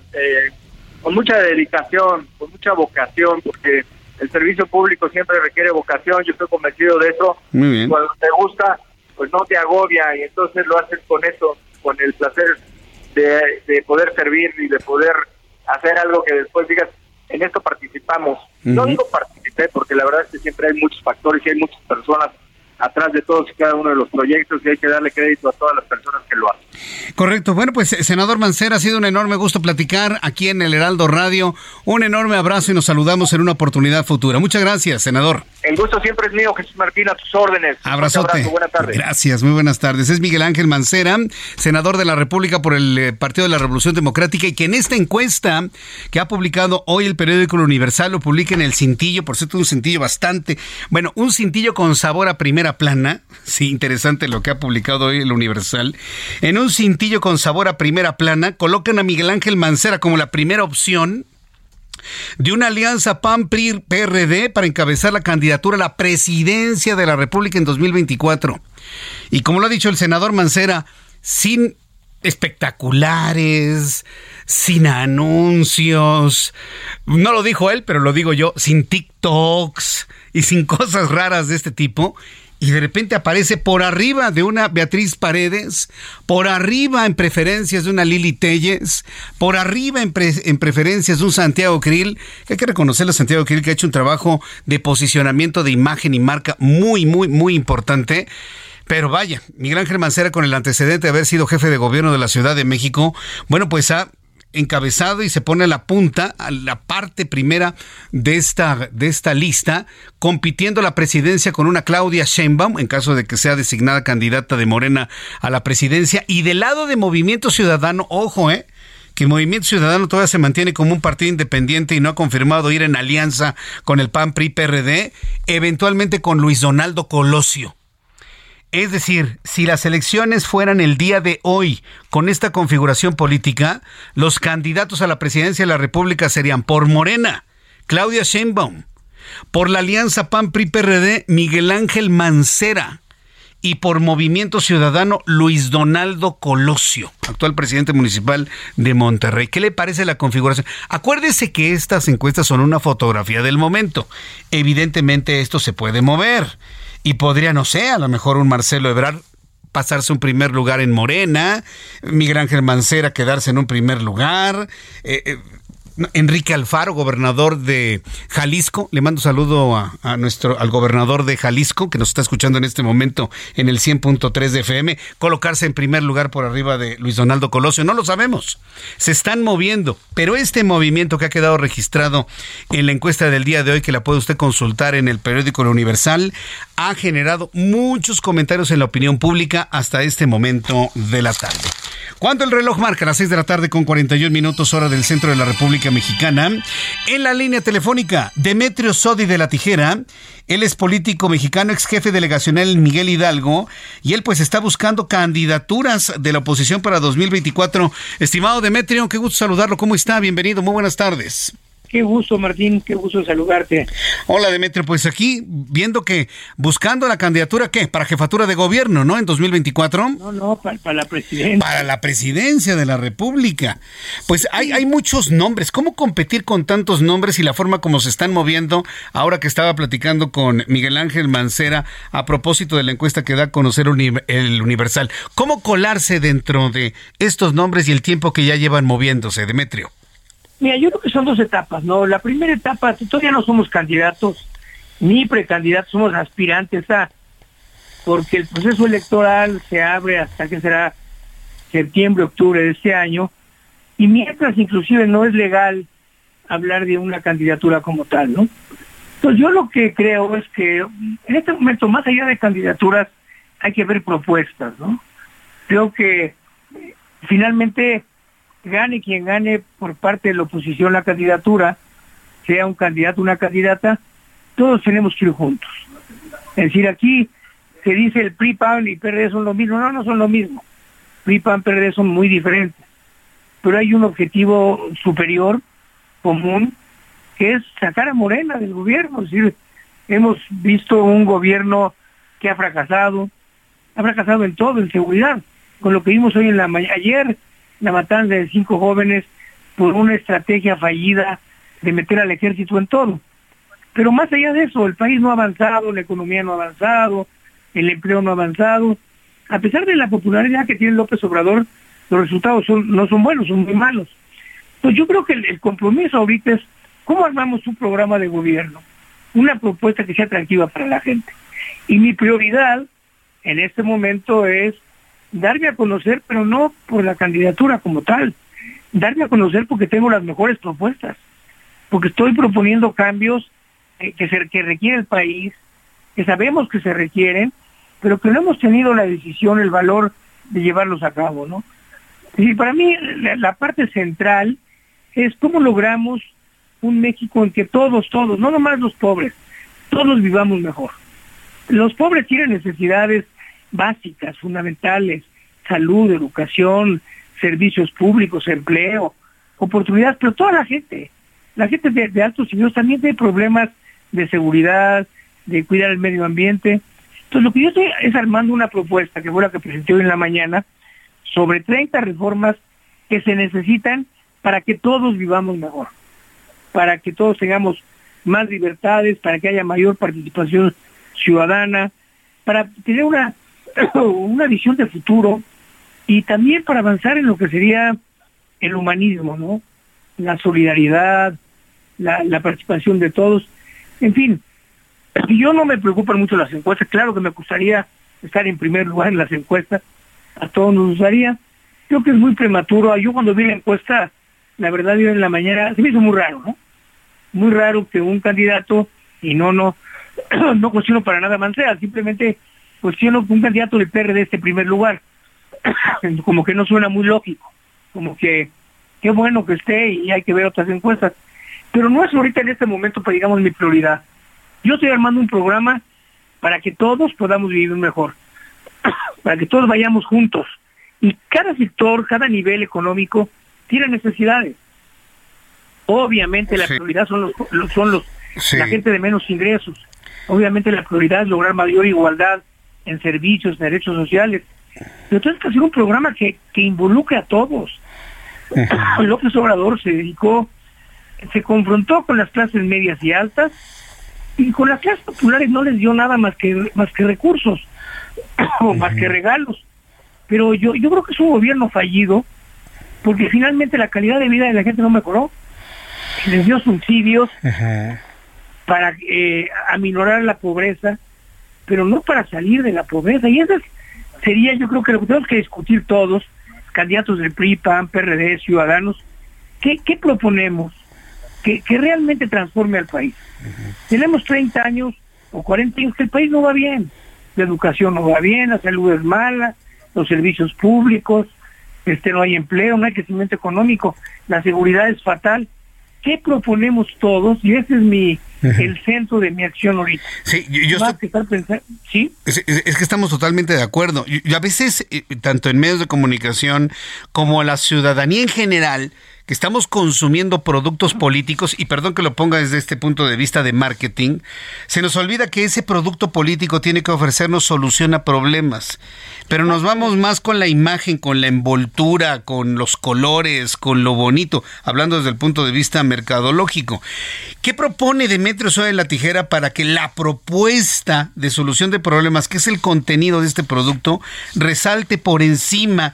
dedicación, con mucha vocación, porque el servicio público siempre requiere vocación, yo estoy convencido de eso. Muy bien. Cuando te gusta, pues no te agobia, y entonces lo haces con eso, con el placer de poder servir y de poder hacer algo que después digas, en esto participamos. No digo participé, porque la verdad es que siempre hay muchos factores y hay muchas personas atrás de todos y cada uno de los proyectos y hay que darle crédito a todas las personas que lo hacen. Correcto. Bueno, pues senador Mancera, ha sido un enorme gusto platicar aquí en el Heraldo Radio. Un enorme abrazo y nos saludamos en una oportunidad futura. Muchas gracias, senador. El gusto siempre es mío, Jesús Martín, a tus órdenes. Abrazote. Abrazo, buenas tardes. Gracias, muy buenas tardes. Es Miguel Ángel Mancera, senador de la República por el Partido de la Revolución Democrática, y que en esta encuesta que ha publicado hoy el periódico El Universal, lo publica en el cintillo, por cierto, un cintillo un cintillo con sabor a primera plana. Sí, interesante lo que ha publicado hoy el Universal. En un cintillo con sabor a primera plana, colocan a Miguel Ángel Mancera como la primera opción de una alianza PAN-PRI-PRD para encabezar la candidatura a la presidencia de la República en 2024. Y como lo ha dicho el senador Mancera, sin espectaculares, sin anuncios, no lo dijo él, pero lo digo yo, sin TikToks y sin cosas raras de este tipo. Y de repente aparece por arriba de una Beatriz Paredes, por arriba en preferencias de una Lili Telles, por arriba en preferencias de un Santiago Krill, que hay que reconocerle a Santiago Krill que ha hecho un trabajo de posicionamiento de imagen y marca muy, muy, muy importante. Pero vaya, Miguel Ángel Mancera, con el antecedente de haber sido jefe de gobierno de la Ciudad de México, bueno, pues ha encabezado y se pone a la punta, a la parte primera de esta lista, compitiendo la presidencia con una Claudia Sheinbaum, en caso de que sea designada candidata de Morena a la presidencia. Y del lado de Movimiento Ciudadano, ojo, que Movimiento Ciudadano todavía se mantiene como un partido independiente y no ha confirmado ir en alianza con el PAN-PRI-PRD, eventualmente con Luis Donaldo Colosio. Es decir, si las elecciones fueran el día de hoy con esta configuración política, los candidatos a la presidencia de la República serían por Morena, Claudia Sheinbaum, por la alianza PAN-PRI-PRD, Miguel Ángel Mancera, y por Movimiento Ciudadano, Luis Donaldo Colosio, actual presidente municipal de Monterrey. ¿Qué le parece la configuración? Acuérdese que estas encuestas son una fotografía del momento. Evidentemente esto se puede mover. Y podría, no sé, a lo mejor un Marcelo Ebrard pasarse un primer lugar en Morena, Miguel Ángel Mancera quedarse en un primer lugar, Enrique Alfaro, gobernador de Jalisco, le mando saludo al gobernador de Jalisco, que nos está escuchando en este momento en el 100.3 de FM, colocarse en primer lugar por arriba de Luis Donaldo Colosio. No lo sabemos, se están moviendo, pero este movimiento que ha quedado registrado en la encuesta del día de hoy, que la puede usted consultar en el periódico El Universal, ha generado muchos comentarios en la opinión pública hasta este momento de la tarde. Cuando el reloj marca las 6 de la tarde con 41 minutos hora del centro de la República Mexicana, en la línea telefónica, Demetrio Sodi de la Tijera. Él es político mexicano, ex jefe delegacional en Miguel Hidalgo, y él pues está buscando candidaturas de la oposición para 2024. Estimado Demetrio, qué gusto saludarlo. ¿Cómo está? Bienvenido, muy buenas tardes. Qué gusto, Martín, qué gusto saludarte. Hola, Demetrio, pues aquí viendo que buscando la candidatura, ¿qué? Para jefatura de gobierno, ¿no? En 2024. No, para la presidencia. Para la presidencia de la República. Pues hay muchos nombres. ¿Cómo competir con tantos nombres y la forma como se están moviendo? Ahora que estaba platicando con Miguel Ángel Mancera a propósito de la encuesta que da a conocer el Universal. ¿Cómo colarse dentro de estos nombres y el tiempo que ya llevan moviéndose, Demetrio? Mira, yo creo que son 2 etapas, ¿no? La primera etapa, todavía no somos candidatos ni precandidatos, somos aspirantes porque el proceso electoral se abre hasta que será septiembre, octubre de este año, y mientras inclusive no es legal hablar de una candidatura como tal, ¿no? Entonces yo lo que creo es que en este momento, más allá de candidaturas, hay que ver propuestas, ¿no? Creo que finalmente gane quien gane por parte de la oposición la candidatura, sea un candidato o una candidata, todos tenemos que ir juntos. Es decir, aquí se dice el PRI, PAN y PRD son lo mismo. No son lo mismo. PRI, PAN, PRD son muy diferentes. Pero hay un objetivo superior, común, que es sacar a Morena del gobierno. Es decir, hemos visto un gobierno que ha fracasado en todo, en seguridad. Con lo que vimos hoy ayer, la matanza de 5 jóvenes por una estrategia fallida de meter al ejército en todo. Pero más allá de eso, el país no ha avanzado, la economía no ha avanzado, el empleo no ha avanzado. A pesar de la popularidad que tiene López Obrador, los resultados no son buenos, son muy malos. Pues yo creo que el compromiso ahorita es cómo armamos un programa de gobierno, una propuesta que sea atractiva para la gente. Y mi prioridad en este momento es darme a conocer, pero no por la candidatura como tal, darme a conocer porque tengo las mejores propuestas, porque estoy proponiendo cambios que requiere el país, que sabemos que se requieren, pero que no hemos tenido la decisión, el valor de llevarlos a cabo, ¿no? Y para mí la parte central es cómo logramos un México en que todos, no nomás los pobres, todos vivamos mejor. Los pobres tienen necesidades básicas, fundamentales, salud, educación, servicios públicos, empleo, oportunidades, pero toda la gente de altos ingresos también tiene problemas de seguridad, de cuidar el medio ambiente. Entonces lo que yo estoy es armando una propuesta, que fue la que presenté hoy en la mañana, sobre 30 reformas que se necesitan para que todos vivamos mejor, para que todos tengamos más libertades, para que haya mayor participación ciudadana, para tener una visión de futuro y también para avanzar en lo que sería el humanismo, ¿no? La solidaridad, la participación de todos. En fin, yo no me preocupan mucho las encuestas. Claro que me gustaría estar en primer lugar en las encuestas, a todos nos gustaría. Creo que es muy prematuro. Yo cuando vi la encuesta, la verdad, yo en la mañana, se me hizo muy raro, ¿no? Muy raro que un candidato, y no cuestiono para nada Mancera, simplemente cuestiono que un candidato del PRD esté en primer lugar. Como que no suena muy lógico, como que qué bueno que esté y hay que ver otras encuestas, pero no es ahorita en este momento, pues, digamos, mi prioridad. Yo estoy armando un programa para que todos podamos vivir mejor, para que todos vayamos juntos, y cada sector, cada nivel económico tiene necesidades. Obviamente la prioridad son la gente de menos ingresos. Obviamente la prioridad es lograr mayor igualdad en servicios, en derechos sociales. Pero entonces hay que hacer un programa que involucre a todos. López Obrador se confrontó con las clases medias y altas, y con las clases populares no les dio nada más que recursos, o más que regalos. Pero yo creo que es un gobierno fallido, porque finalmente la calidad de vida de la gente no mejoró. Les dio subsidios para aminorar la pobreza, pero no para salir de la pobreza. Y eso sería, yo creo que lo que tenemos que discutir todos, candidatos del PRI, PAN, PRD, ciudadanos, ¿qué proponemos que realmente transforme al país? Tenemos 30 años o 40 años que el país no va bien. La educación no va bien, la salud es mala, los servicios públicos, no hay empleo, no hay crecimiento económico, la seguridad es fatal. ¿Qué proponemos todos? Y ese es el centro de mi acción ahorita. Sí, yo más que estar pensando, ¿sí? Es que estamos totalmente de acuerdo. Y a veces, tanto en medios de comunicación como la ciudadanía en general, que estamos consumiendo productos políticos, y perdón que lo ponga desde este punto de vista de marketing, se nos olvida que ese producto político tiene que ofrecernos solución a problemas. Pero nos vamos más con la imagen, con la envoltura, con los colores, con lo bonito, hablando desde el punto de vista mercadológico. ¿Qué propone Demetrio Soto de la Tijera para que la propuesta de solución de problemas, que es el contenido de este producto, resalte por encima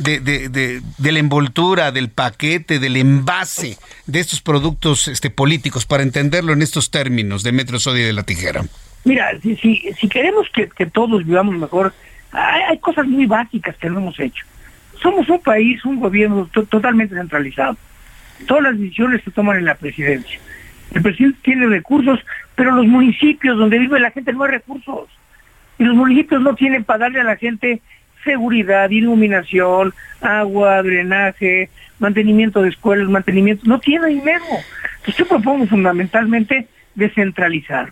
de la envoltura, del paquete, del envase de estos productos políticos, para entenderlo en estos términos, Demetrio Soto de la Tijera? Mira, si queremos que todos vivamos mejor, hay cosas muy básicas que no hemos hecho. Somos un país, un gobierno totalmente centralizado. Todas las decisiones se toman en la presidencia. El presidente tiene recursos, pero los municipios donde vive la gente no hay recursos. Y los municipios no tienen para darle a la gente seguridad, iluminación, agua, drenaje, mantenimiento de escuelas, no tiene dinero. Entonces yo propongo fundamentalmente descentralizar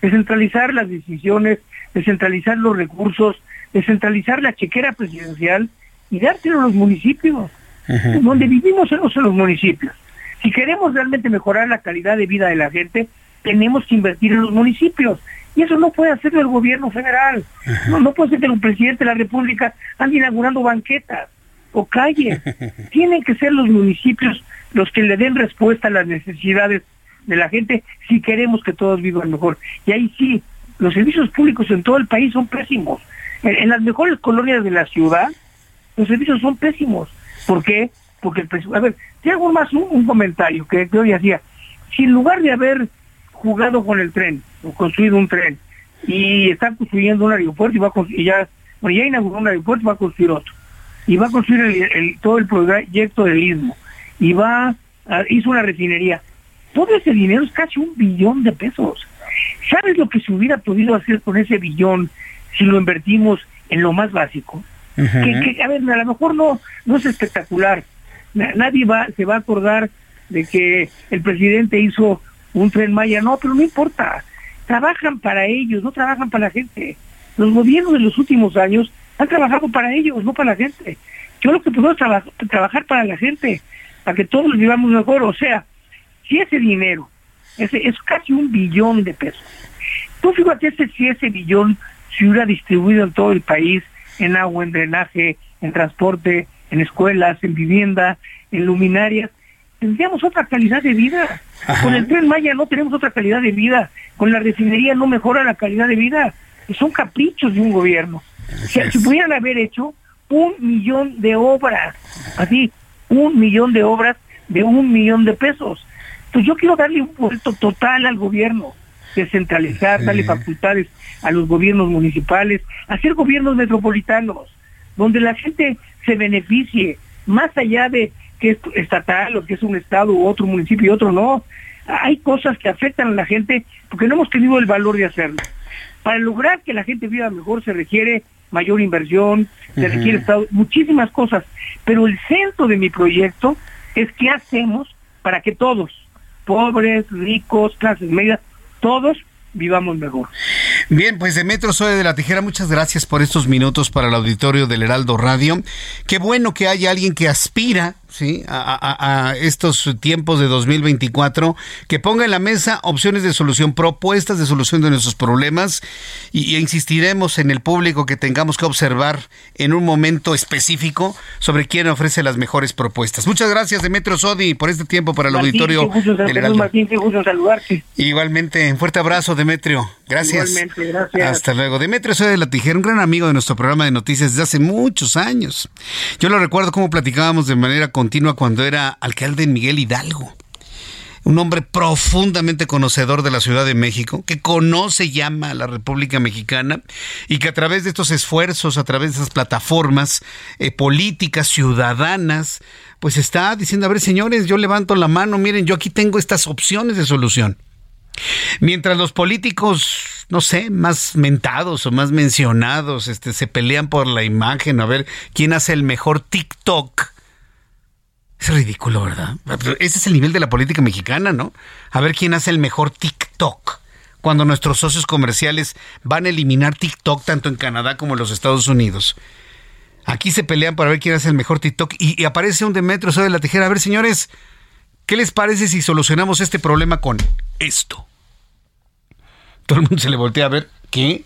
las decisiones, descentralizar los recursos, descentralizar la chequera presidencial y dárselo a los municipios. Uh-huh. Donde vivimos son los municipios. Si queremos realmente mejorar la calidad de vida de la gente, tenemos que invertir en los municipios. Y eso no puede hacerlo el gobierno federal. Uh-huh. No puede ser que el presidente de la República ande inaugurando banquetas o calles. Tienen que ser los municipios los que le den respuesta a las necesidades de la gente si queremos que todos vivan mejor. Y ahí sí, los servicios públicos en todo el país son pésimos. En las mejores colonias de la ciudad, los servicios son pésimos. ¿Por qué? Porque a ver, te hago más un comentario que hoy hacía. Si en lugar de haber jugado con el tren, o construido un tren, y está construyendo un aeropuerto, ya inauguró un aeropuerto, va a construir otro. Y va a construir todo el proyecto del Istmo. Y hizo una refinería. Todo ese dinero es casi $1 billón. ¿Sabes lo que se hubiera podido hacer con ese billón si lo invertimos en lo más básico? Uh-huh. A ver, a lo mejor no es espectacular. Nadie se va a acordar de que el presidente hizo un Tren Maya, pero no importa. Trabajan para ellos, no trabajan para la gente. Los gobiernos de los últimos años han trabajado para ellos, no para la gente. Yo lo que puedo es trabajar para la gente, para que todos vivamos mejor. O sea, si ese dinero, es casi $1 billón. Tú fíjate si ese billón se hubiera distribuido en todo el país, en agua, en drenaje, en transporte, en escuelas, en vivienda, en luminarias, tendríamos otra calidad de vida. Ajá. Con el Tren Maya no tenemos otra calidad de vida. Con la refinería no mejora la calidad de vida. Son caprichos de un gobierno. Si pudieran haber hecho 1 millón de obras, así, 1 millón de obras de $1 millón. Entonces yo quiero darle un vuelto total al gobierno, descentralizar, darle facultades a los gobiernos municipales, hacer gobiernos metropolitanos, donde la gente se beneficie, más allá de que es estatal o que es un estado u otro municipio y otro no. Hay cosas que afectan a la gente porque no hemos tenido el valor de hacerlo. Para lograr que la gente viva mejor se requiere mayor inversión, se requiere estado, muchísimas cosas, pero el centro de mi proyecto es qué hacemos para que todos, pobres, ricos, clases medias, todos vivamos mejor. Bien, pues Demetrio Soto de la Tijera, muchas gracias por estos minutos para el auditorio del Heraldo Radio. Qué bueno que haya alguien que aspira, ¿sí?, a estos tiempos de 2024, que ponga en la mesa opciones de solución, propuestas de solución de nuestros problemas, y insistiremos en el público que tengamos que observar en un momento específico sobre quién ofrece las mejores propuestas. Muchas gracias, Demetrio Soto, por este tiempo para el auditorio del Heraldo. Martín, qué gusto saludarte. Igualmente, un fuerte abrazo, Demetrio. Gracias. Igualmente, gracias. Hasta luego. Demetrio Soto de la Tijera, un gran amigo de nuestro programa de noticias desde hace muchos años. Yo lo recuerdo como platicábamos de manera continua cuando era alcalde en Miguel Hidalgo. Un hombre profundamente conocedor de la Ciudad de México, que conoce y ama a la República Mexicana, y que a través de estos esfuerzos, a través de esas plataformas políticas, ciudadanas, pues está diciendo, a ver, señores, yo levanto la mano, miren, yo aquí tengo estas opciones de solución. Mientras los políticos, no sé, más mentados o más mencionados, se pelean por la imagen, a ver quién hace el mejor TikTok. Es ridículo, ¿verdad? Ese es el nivel de la política mexicana, ¿no? A ver quién hace el mejor TikTok. Cuando nuestros socios comerciales van a eliminar TikTok tanto en Canadá como en los Estados Unidos. Aquí se pelean para ver quién hace el mejor TikTok y aparece un Demetrio Soy de la Tijera. A ver, señores, ¿qué les parece si solucionamos este problema con esto? Todo el mundo se le voltea a ver, ¿qué?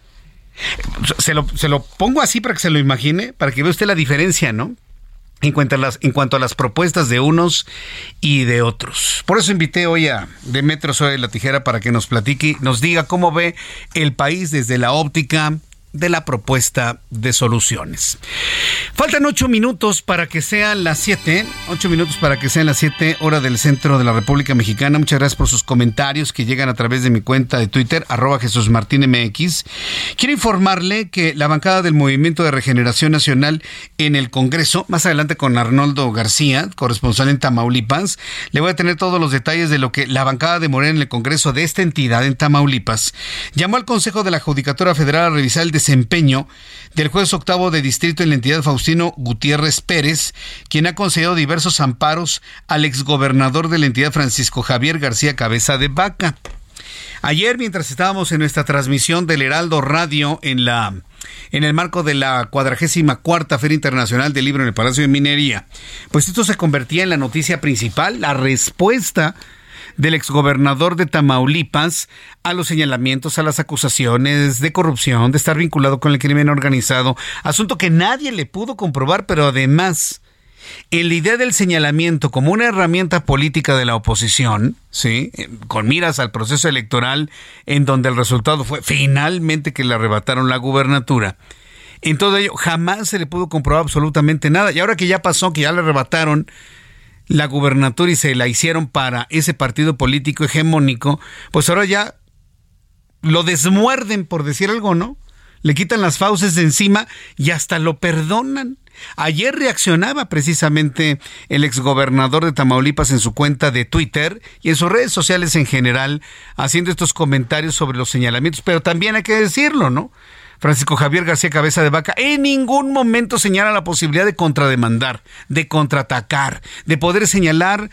Se lo pongo así para que se lo imagine, para que vea usted la diferencia, ¿no? En cuanto a las propuestas de unos y de otros. Por eso invité hoy a Demetrio Soy de la Tijera para que nos platique, nos diga cómo ve el país desde la óptica de la propuesta de soluciones. Faltan 8 minutos para que sean las 7. 8 minutos para que sean las 7 hora del centro de la República Mexicana. Muchas gracias por sus comentarios que llegan a través de mi cuenta de Twitter, @JesusMartinMX. Quiero informarle que la bancada del Movimiento de Regeneración Nacional en el Congreso, más adelante con Arnoldo García, corresponsal en Tamaulipas, le voy a tener todos los detalles de lo que la bancada de Morena en el Congreso de esta entidad en Tamaulipas llamó al Consejo de la Judicatura Federal a revisar el desempeño del juez octavo de distrito en la entidad, Faustino Gutiérrez Pérez, quien ha concedido diversos amparos al exgobernador de la entidad, Francisco Javier García Cabeza de Vaca. Ayer, mientras estábamos en nuestra transmisión del Heraldo Radio en el marco de la 44ª Feria Internacional del Libro en el Palacio de Minería, pues esto se convertía en la noticia principal, la respuesta del exgobernador de Tamaulipas a los señalamientos, a las acusaciones de corrupción, de estar vinculado con el crimen organizado, asunto que nadie le pudo comprobar, pero además, en la idea del señalamiento como una herramienta política de la oposición, ¿sí?, con miras al proceso electoral, en donde el resultado fue finalmente que le arrebataron la gubernatura. En todo ello, jamás se le pudo comprobar absolutamente nada. Y ahora que ya pasó, que ya le arrebataron la gubernatura y se la hicieron para ese partido político hegemónico, pues ahora ya lo desmuerden, por decir algo, ¿no? Le quitan las fauces de encima y hasta lo perdonan. Ayer reaccionaba precisamente el exgobernador de Tamaulipas en su cuenta de Twitter y en sus redes sociales en general, haciendo estos comentarios sobre los señalamientos, pero también hay que decirlo, ¿no? Francisco Javier García Cabeza de Vaca en ningún momento señala la posibilidad de contrademandar, de contraatacar, de poder señalar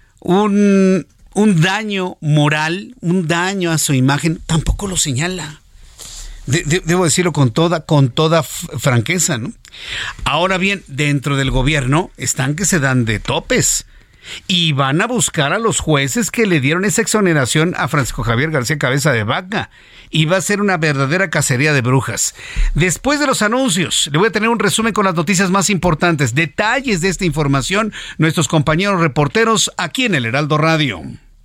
un daño moral, un daño a su imagen. Tampoco lo señala. Debo decirlo con toda franqueza, ¿no? Ahora bien, dentro del gobierno están que se dan de topes y van a buscar a los jueces que le dieron esa exoneración a Francisco Javier García Cabeza de Vaca. Y va a ser una verdadera cacería de brujas. Después de los anuncios, le voy a tener un resumen con las noticias más importantes, detalles de esta información, nuestros compañeros reporteros aquí en el Heraldo Radio.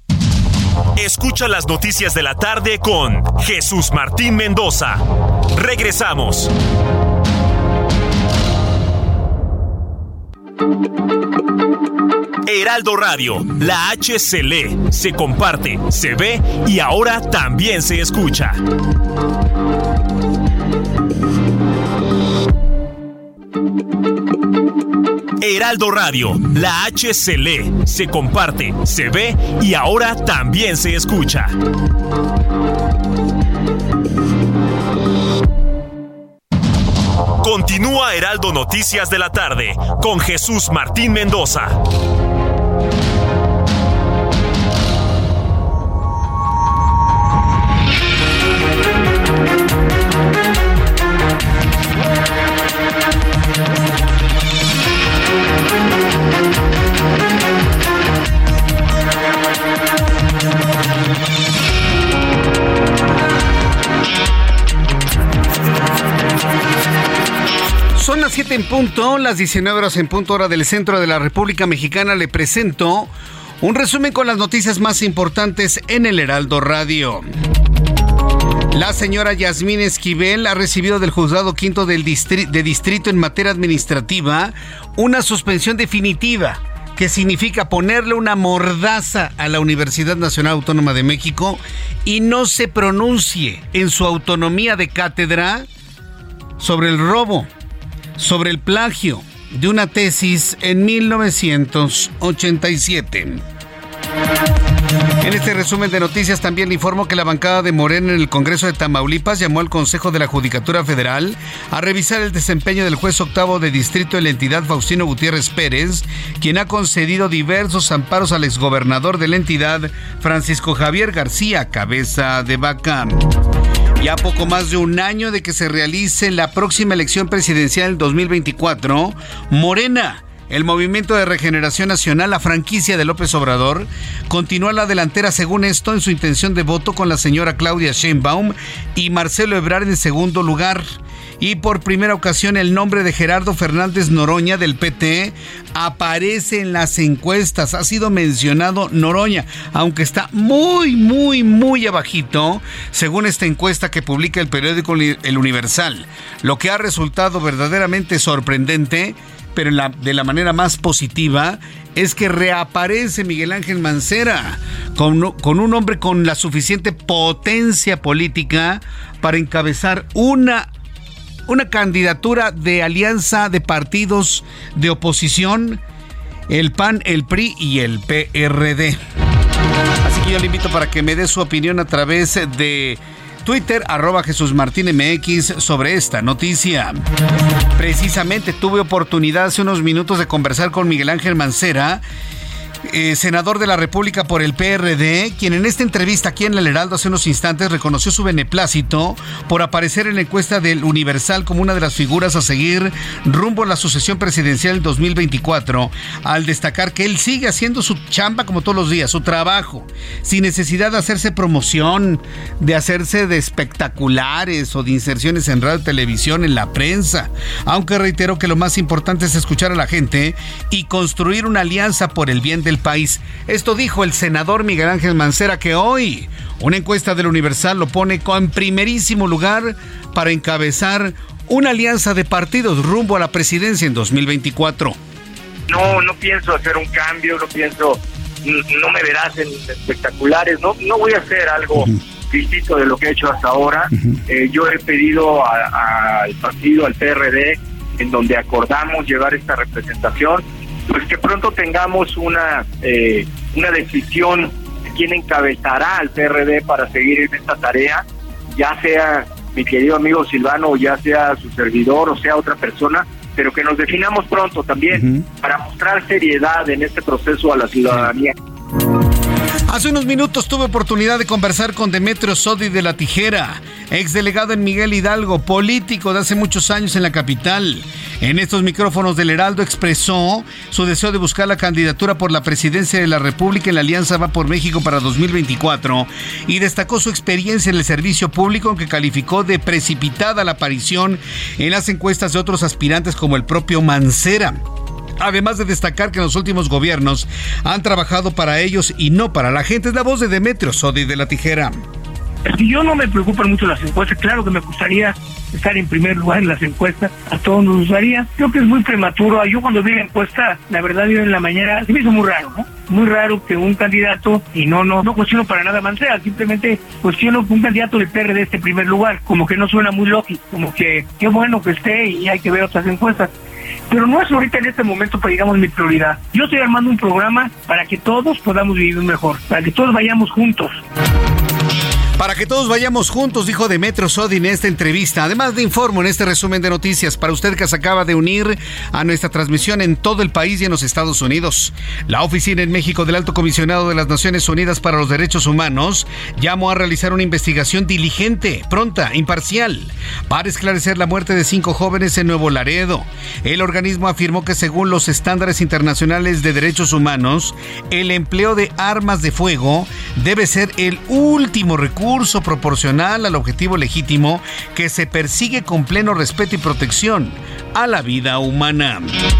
Escucha las noticias de la tarde con Jesús Martín Mendoza. Regresamos. Heraldo Radio, la H se lee, se comparte, se ve y ahora también se escucha. Heraldo Radio, la H se lee, se comparte, se ve y ahora también se escucha. Continúa Heraldo Noticias de la tarde con Jesús Martín Mendoza. Son las 7 en punto, las 19 horas en punto, hora del centro de la República Mexicana. Le presento un resumen con las noticias más importantes en el Heraldo Radio. La señora Yasmín Esquivel ha recibido del Juzgado Quinto de Distrito en materia administrativa una suspensión definitiva, que significa ponerle una mordaza a la Universidad Nacional Autónoma de México y no se pronuncie en su autonomía de cátedra sobre el robo, sobre el plagio de una tesis en 1987. En este resumen de noticias también le informo que la bancada de Morena en el Congreso de Tamaulipas llamó al Consejo de la Judicatura Federal a revisar el desempeño del juez octavo de distrito de la entidad, Faustino Gutiérrez Pérez, quien ha concedido diversos amparos al exgobernador de la entidad, Francisco Javier García Cabeza de Vaca. Ya poco más de un año de que se realice la próxima elección presidencial del 2024, Morena, el Movimiento de Regeneración Nacional, la franquicia de López Obrador, continúa a la delantera según esto en su intención de voto con la señora Claudia Sheinbaum y Marcelo Ebrard en segundo lugar. Y por primera ocasión el nombre de Gerardo Fernández Noroña del PT aparece en las encuestas. Ha sido mencionado Noroña, aunque está muy abajito, según esta encuesta que publica el periódico El Universal. Lo que ha resultado verdaderamente sorprendente, pero de la manera más positiva, es que reaparece Miguel Ángel Mancera con un hombre con la suficiente potencia política para encabezar una candidatura de alianza de partidos de oposición, el PAN, el PRI y el PRD. Así que yo le invito para que me dé su opinión a través de Twitter, @JesusMartinMX, sobre esta noticia. Precisamente tuve oportunidad hace unos minutos de conversar con Miguel Ángel Mancera, senador de la República por el PRD, quien en esta entrevista aquí en El Heraldo hace unos instantes reconoció su beneplácito por aparecer en la encuesta del Universal como una de las figuras a seguir rumbo a la sucesión presidencial del 2024, al destacar que él sigue haciendo su chamba como todos los días, su trabajo, sin necesidad de hacerse promoción, de hacerse de espectaculares o de inserciones en radio, televisión, en la prensa, aunque reitero que lo más importante es escuchar a la gente y construir una alianza por el bien del país. Esto dijo el senador Miguel Ángel Mancera, que hoy una encuesta del Universal lo pone en primerísimo lugar para encabezar una alianza de partidos rumbo a la presidencia en 2024. No pienso hacer un cambio, no me verás en espectaculares, no voy a hacer algo distinto de lo que he hecho hasta ahora. Yo he pedido al partido, al PRD, en donde acordamos llevar esta representación, pues que pronto tengamos una decisión de quién encabezará al PRD para seguir en esta tarea, ya sea mi querido amigo Silvano, o ya sea su servidor, o sea otra persona, pero que nos definamos pronto también para mostrar seriedad en este proceso a la ciudadanía. Hace unos minutos tuve oportunidad de conversar con Demetrio Sodi de la Tijera, exdelegado en Miguel Hidalgo, político de hace muchos años en la capital. En estos micrófonos del Heraldo expresó su deseo de buscar la candidatura por la presidencia de la República en la Alianza Va por México para 2024 y destacó su experiencia en el servicio público, aunque calificó de precipitada la aparición en las encuestas de otros aspirantes como el propio Mancera. Además de destacar que los últimos gobiernos han trabajado para ellos y no para la gente. Es la voz de Demetrio Sodi de la Tijera. Yo no me preocupan mucho las encuestas, claro que me gustaría estar en primer lugar en las encuestas, a todos nos gustaría. Creo que es muy prematuro. Yo cuando vi la encuesta, la verdad, yo en la mañana, se me hizo muy raro, ¿no? Muy raro que un candidato, y no cuestiono para nada Mancera, simplemente cuestiono que un candidato del PRD esté en primer lugar, como que no suena muy lógico, como que qué bueno que esté y hay que ver otras encuestas. Pero no es ahorita en este momento, pues, digamos, mi prioridad. Yo estoy armando un programa para que todos podamos vivir mejor, para que todos vayamos juntos. Para que todos vayamos juntos, dijo Demetrio Sodi en esta entrevista. Además de informo en este resumen de noticias para usted que se acaba de unir a nuestra transmisión en todo el país y en los Estados Unidos. La oficina en México del Alto Comisionado de las Naciones Unidas para los Derechos Humanos llamó a realizar una investigación diligente, pronta, imparcial, para esclarecer la muerte de 5 jóvenes en Nuevo Laredo. El organismo afirmó que según los estándares internacionales de derechos humanos, el empleo de armas de fuego debe ser el último recurso proporcional al objetivo legítimo que se persigue con pleno respeto y protección a la vida humana.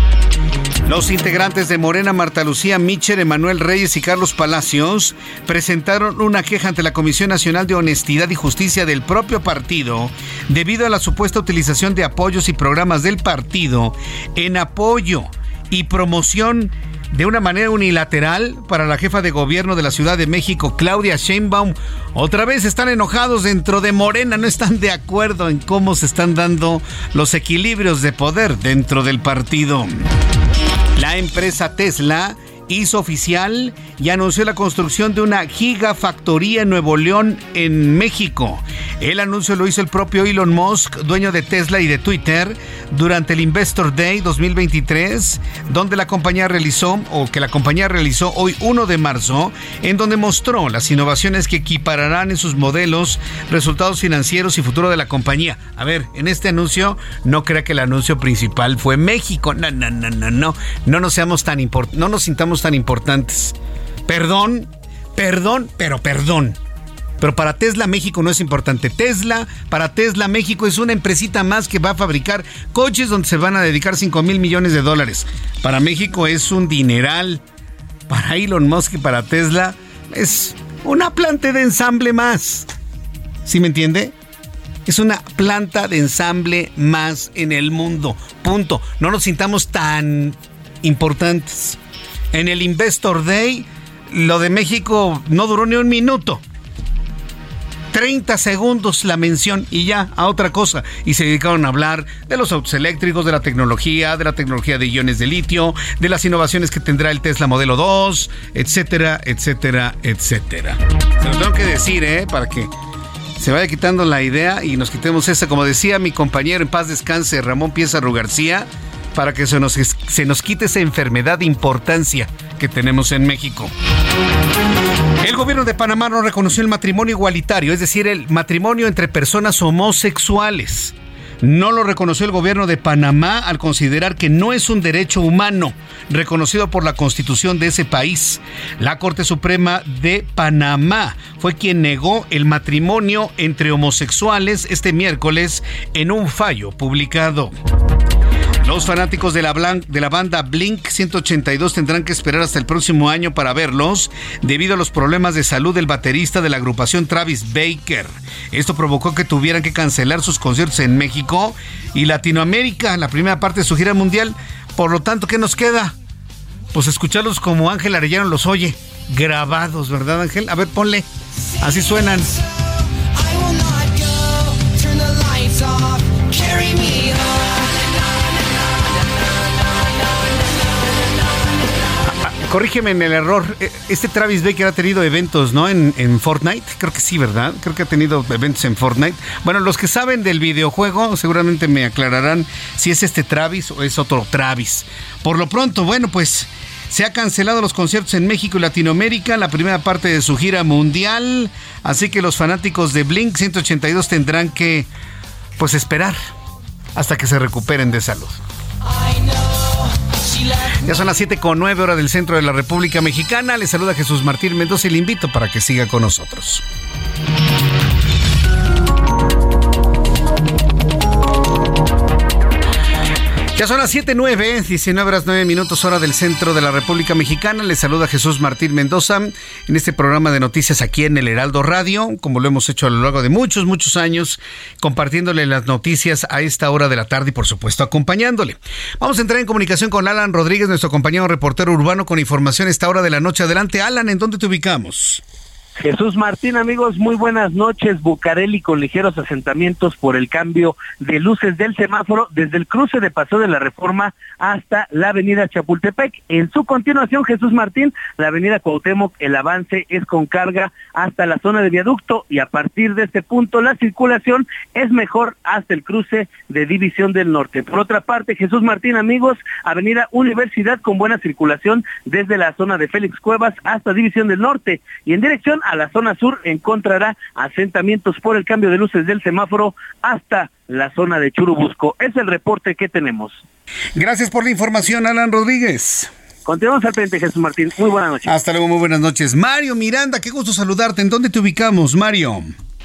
Los integrantes de Morena, Marta Lucía Mitchell, Emanuel Reyes y Carlos Palacios, presentaron una queja ante la Comisión Nacional de Honestidad y Justicia del propio partido debido a la supuesta utilización de apoyos y programas del partido en apoyo y promoción de una manera unilateral para la jefa de gobierno de la Ciudad de México, Claudia Sheinbaum. Otra vez están enojados dentro de Morena, no están de acuerdo en cómo se están dando los equilibrios de poder dentro del partido. La empresa Tesla hizo oficial y anunció la construcción de una gigafactoría en Nuevo León, en México. El anuncio lo hizo el propio Elon Musk, dueño de Tesla y de Twitter, durante el Investor Day 2023, que la compañía realizó hoy 1 de marzo, en donde mostró las innovaciones que equipararán en sus modelos, resultados financieros y futuro de la compañía. A ver, en este anuncio, no crea que el anuncio principal fue México. No nos sintamos tan importantes. Perdón. Pero para Tesla México no es importante. Para Tesla México es una empresita más que va a fabricar coches donde se van a dedicar $5,000 millones. Para México es un dineral. Para Elon Musk y para Tesla es una planta de ensamble más. ¿Sí me entiende? Es una planta de ensamble más en el mundo. Punto. No nos sintamos tan importantes. En el Investor Day, lo de México no duró ni un minuto. 30 segundos la mención y ya, a otra cosa. Y se dedicaron a hablar de los autos eléctricos, de la tecnología de iones de litio, de las innovaciones que tendrá el Tesla Modelo 2, etcétera, etcétera, etcétera. Se lo tengo que decir, para que se vaya quitando la idea y nos quitemos esa, como decía mi compañero en paz descanse, Ramón Piezarro García, para que se nos quite esa enfermedad de importancia que tenemos en México. El gobierno de Panamá no reconoció el matrimonio igualitario, es decir, el matrimonio entre personas homosexuales. No lo reconoció el gobierno de Panamá al considerar que no es un derecho humano reconocido por la Constitución de ese país. La Corte Suprema de Panamá fue quien negó el matrimonio entre homosexuales este miércoles en un fallo publicado. Los fanáticos de la banda Blink 182 tendrán que esperar hasta el próximo año para verlos debido a los problemas de salud del baterista de la agrupación Travis Baker. Esto provocó que tuvieran que cancelar sus conciertos en México y Latinoamérica, la primera parte de su gira mundial. Por lo tanto, ¿qué nos queda? Pues escucharlos como Ángel Arellano los oye, grabados, ¿verdad, Ángel? A ver, ponle. Así suenan. Corrígeme en el error. Este Travis Baker ha tenido eventos, ¿no? En Fortnite. Creo que sí, ¿verdad? Creo que ha tenido eventos en Fortnite. Bueno, los que saben del videojuego seguramente me aclararán si es este Travis o es otro Travis. Por lo pronto, bueno, pues se ha cancelado los conciertos en México y Latinoamérica, la primera parte de su gira mundial. Así que los fanáticos de Blink 182 tendrán que, pues, esperar hasta que se recuperen de salud. Ya son las 7:09 hora del centro de la República Mexicana. Les saluda Jesús Martín Mendoza y le invito para que siga con nosotros. Ya son las 7:09, 19 horas 9 minutos hora del centro de la República Mexicana. Les saluda Jesús Martín Mendoza en este programa de noticias aquí en el Heraldo Radio, como lo hemos hecho a lo largo de muchos años, compartiéndole las noticias a esta hora de la tarde y por supuesto acompañándole. Vamos a entrar en comunicación con Alan Rodríguez, nuestro compañero reportero urbano, con información a esta hora de la noche. Adelante, Alan, ¿en dónde te ubicamos? Jesús Martín, amigos, muy buenas noches. Bucareli con ligeros asentamientos por el cambio de luces del semáforo desde el cruce de Paseo de la Reforma hasta la avenida Chapultepec. En su continuación, Jesús Martín, la avenida Cuauhtémoc, el avance es con carga hasta la zona de viaducto y a partir de este punto la circulación es mejor hasta el cruce de División del Norte. Por otra parte, Jesús Martín, amigos, avenida Universidad con buena circulación desde la zona de Félix Cuevas hasta División del Norte y en dirección a la zona sur encontrará asentamientos por el cambio de luces del semáforo hasta la zona de Churubusco. Es el reporte que tenemos. Gracias por la información, Alan Rodríguez. Continuamos al frente, Jesús Martín. Muy buenas noches. Hasta luego, muy buenas noches. Mario Miranda, qué gusto saludarte. ¿En dónde te ubicamos, Mario?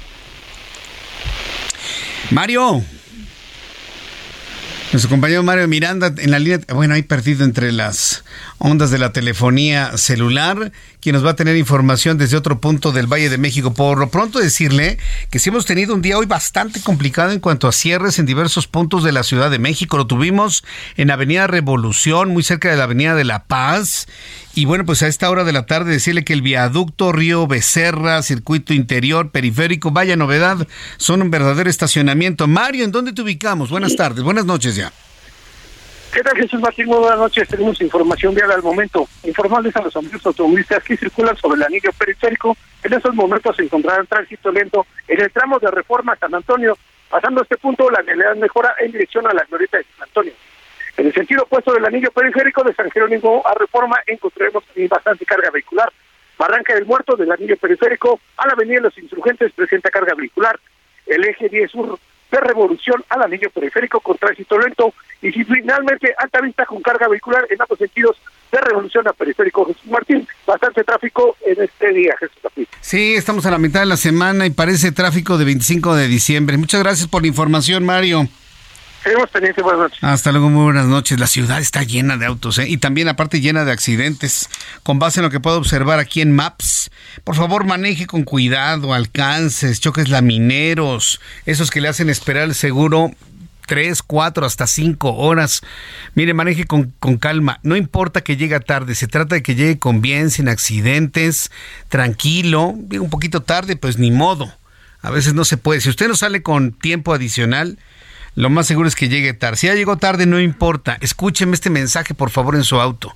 Mario. Nuestro compañero Mario Miranda en la línea, bueno, ahí perdido entre las ondas de la telefonía celular, quien nos va a tener información desde otro punto del Valle de México. Por lo pronto decirle que sí hemos tenido un día hoy bastante complicado en cuanto a cierres en diversos puntos de la Ciudad de México. Lo tuvimos en Avenida Revolución, muy cerca de la Avenida de la Paz. Y bueno, pues a esta hora de la tarde decirle que el viaducto Río Becerra, circuito interior, periférico, vaya novedad, son un verdadero estacionamiento. Mario, ¿en dónde te ubicamos? Buenas tardes, buenas noches ya. ¿Qué tal, Jesús Martín? Muy buenas noches. Tenemos información vial al momento. Informarles a los amigos automovilistas que circulan sobre el anillo periférico. En estos momentos se encontrarán tránsito lento en el tramo de Reforma San Antonio. Pasando este punto, la vialidad mejora en dirección a la glorieta de San Antonio. En el sentido opuesto del anillo periférico de San Jerónimo a Reforma encontraremos bastante carga vehicular. Barranca del Muerto del anillo periférico a la avenida de los Insurgentes presenta carga vehicular. El eje 10 sur de Revolución al anillo periférico con tránsito lento, y finalmente Altavista con carga vehicular en ambos sentidos de Revolución a Periférico. Jesús Martín, bastante tráfico en este día, Jesús Martín. Sí, estamos a la mitad de la semana y parece tráfico de 25 de diciembre. Muchas gracias por la información, Mario. Seguimos pendientes, buenas noches. Hasta luego, muy buenas noches. La ciudad está llena de autos, y también aparte llena de accidentes. Con base en lo que puedo observar aquí en Maps, por favor maneje con cuidado, alcances, choques lamineros, esos que le hacen esperar el seguro 3, 4, hasta 5 horas. Mire, maneje con calma. No importa que llegue tarde, se trata de que llegue con bien, sin accidentes, tranquilo. Llega un poquito tarde, pues ni modo. A veces no se puede. Si usted no sale con tiempo adicional, lo más seguro es que llegue tarde. Si ya llegó tarde, no importa. Escúcheme este mensaje, por favor, en su auto.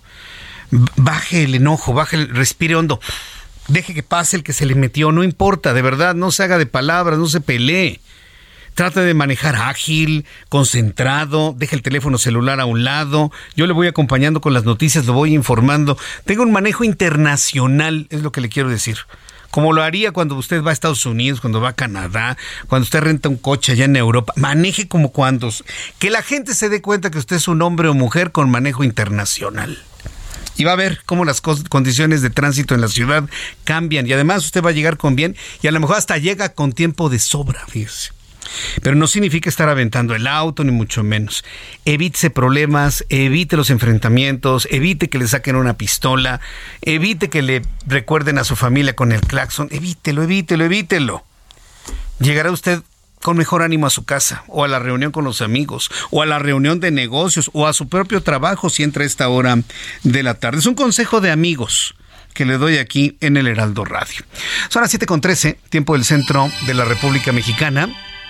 Baje el enojo, respire hondo. Deje que pase el que se le metió, no importa, de verdad, no se haga de palabras, no se pelee. Trate de manejar ágil, concentrado, deje el teléfono celular a un lado. Yo le voy acompañando con las noticias, lo voy informando. Tenga un manejo internacional, es lo que le quiero decir. Como lo haría cuando usted va a Estados Unidos, cuando va a Canadá, cuando usted renta un coche allá en Europa. Maneje como cuando... Que la gente se dé cuenta que usted es un hombre o mujer con manejo internacional. Y va a ver cómo las condiciones de tránsito en la ciudad cambian. Y además usted va a llegar con bien y a lo mejor hasta llega con tiempo de sobra, fíjese. Pero no significa estar aventando el auto, ni mucho menos. Evítese problemas, evite los enfrentamientos, evite que le saquen una pistola, evite que le recuerden a su familia con el claxon. Evítelo. Llegará usted con mejor ánimo a su casa, o a la reunión con los amigos, o a la reunión de negocios, o a su propio trabajo si entra a esta hora de la tarde. Es un consejo de amigos que le doy aquí en el Heraldo Radio. Son las 7:13, tiempo del centro de la República Mexicana.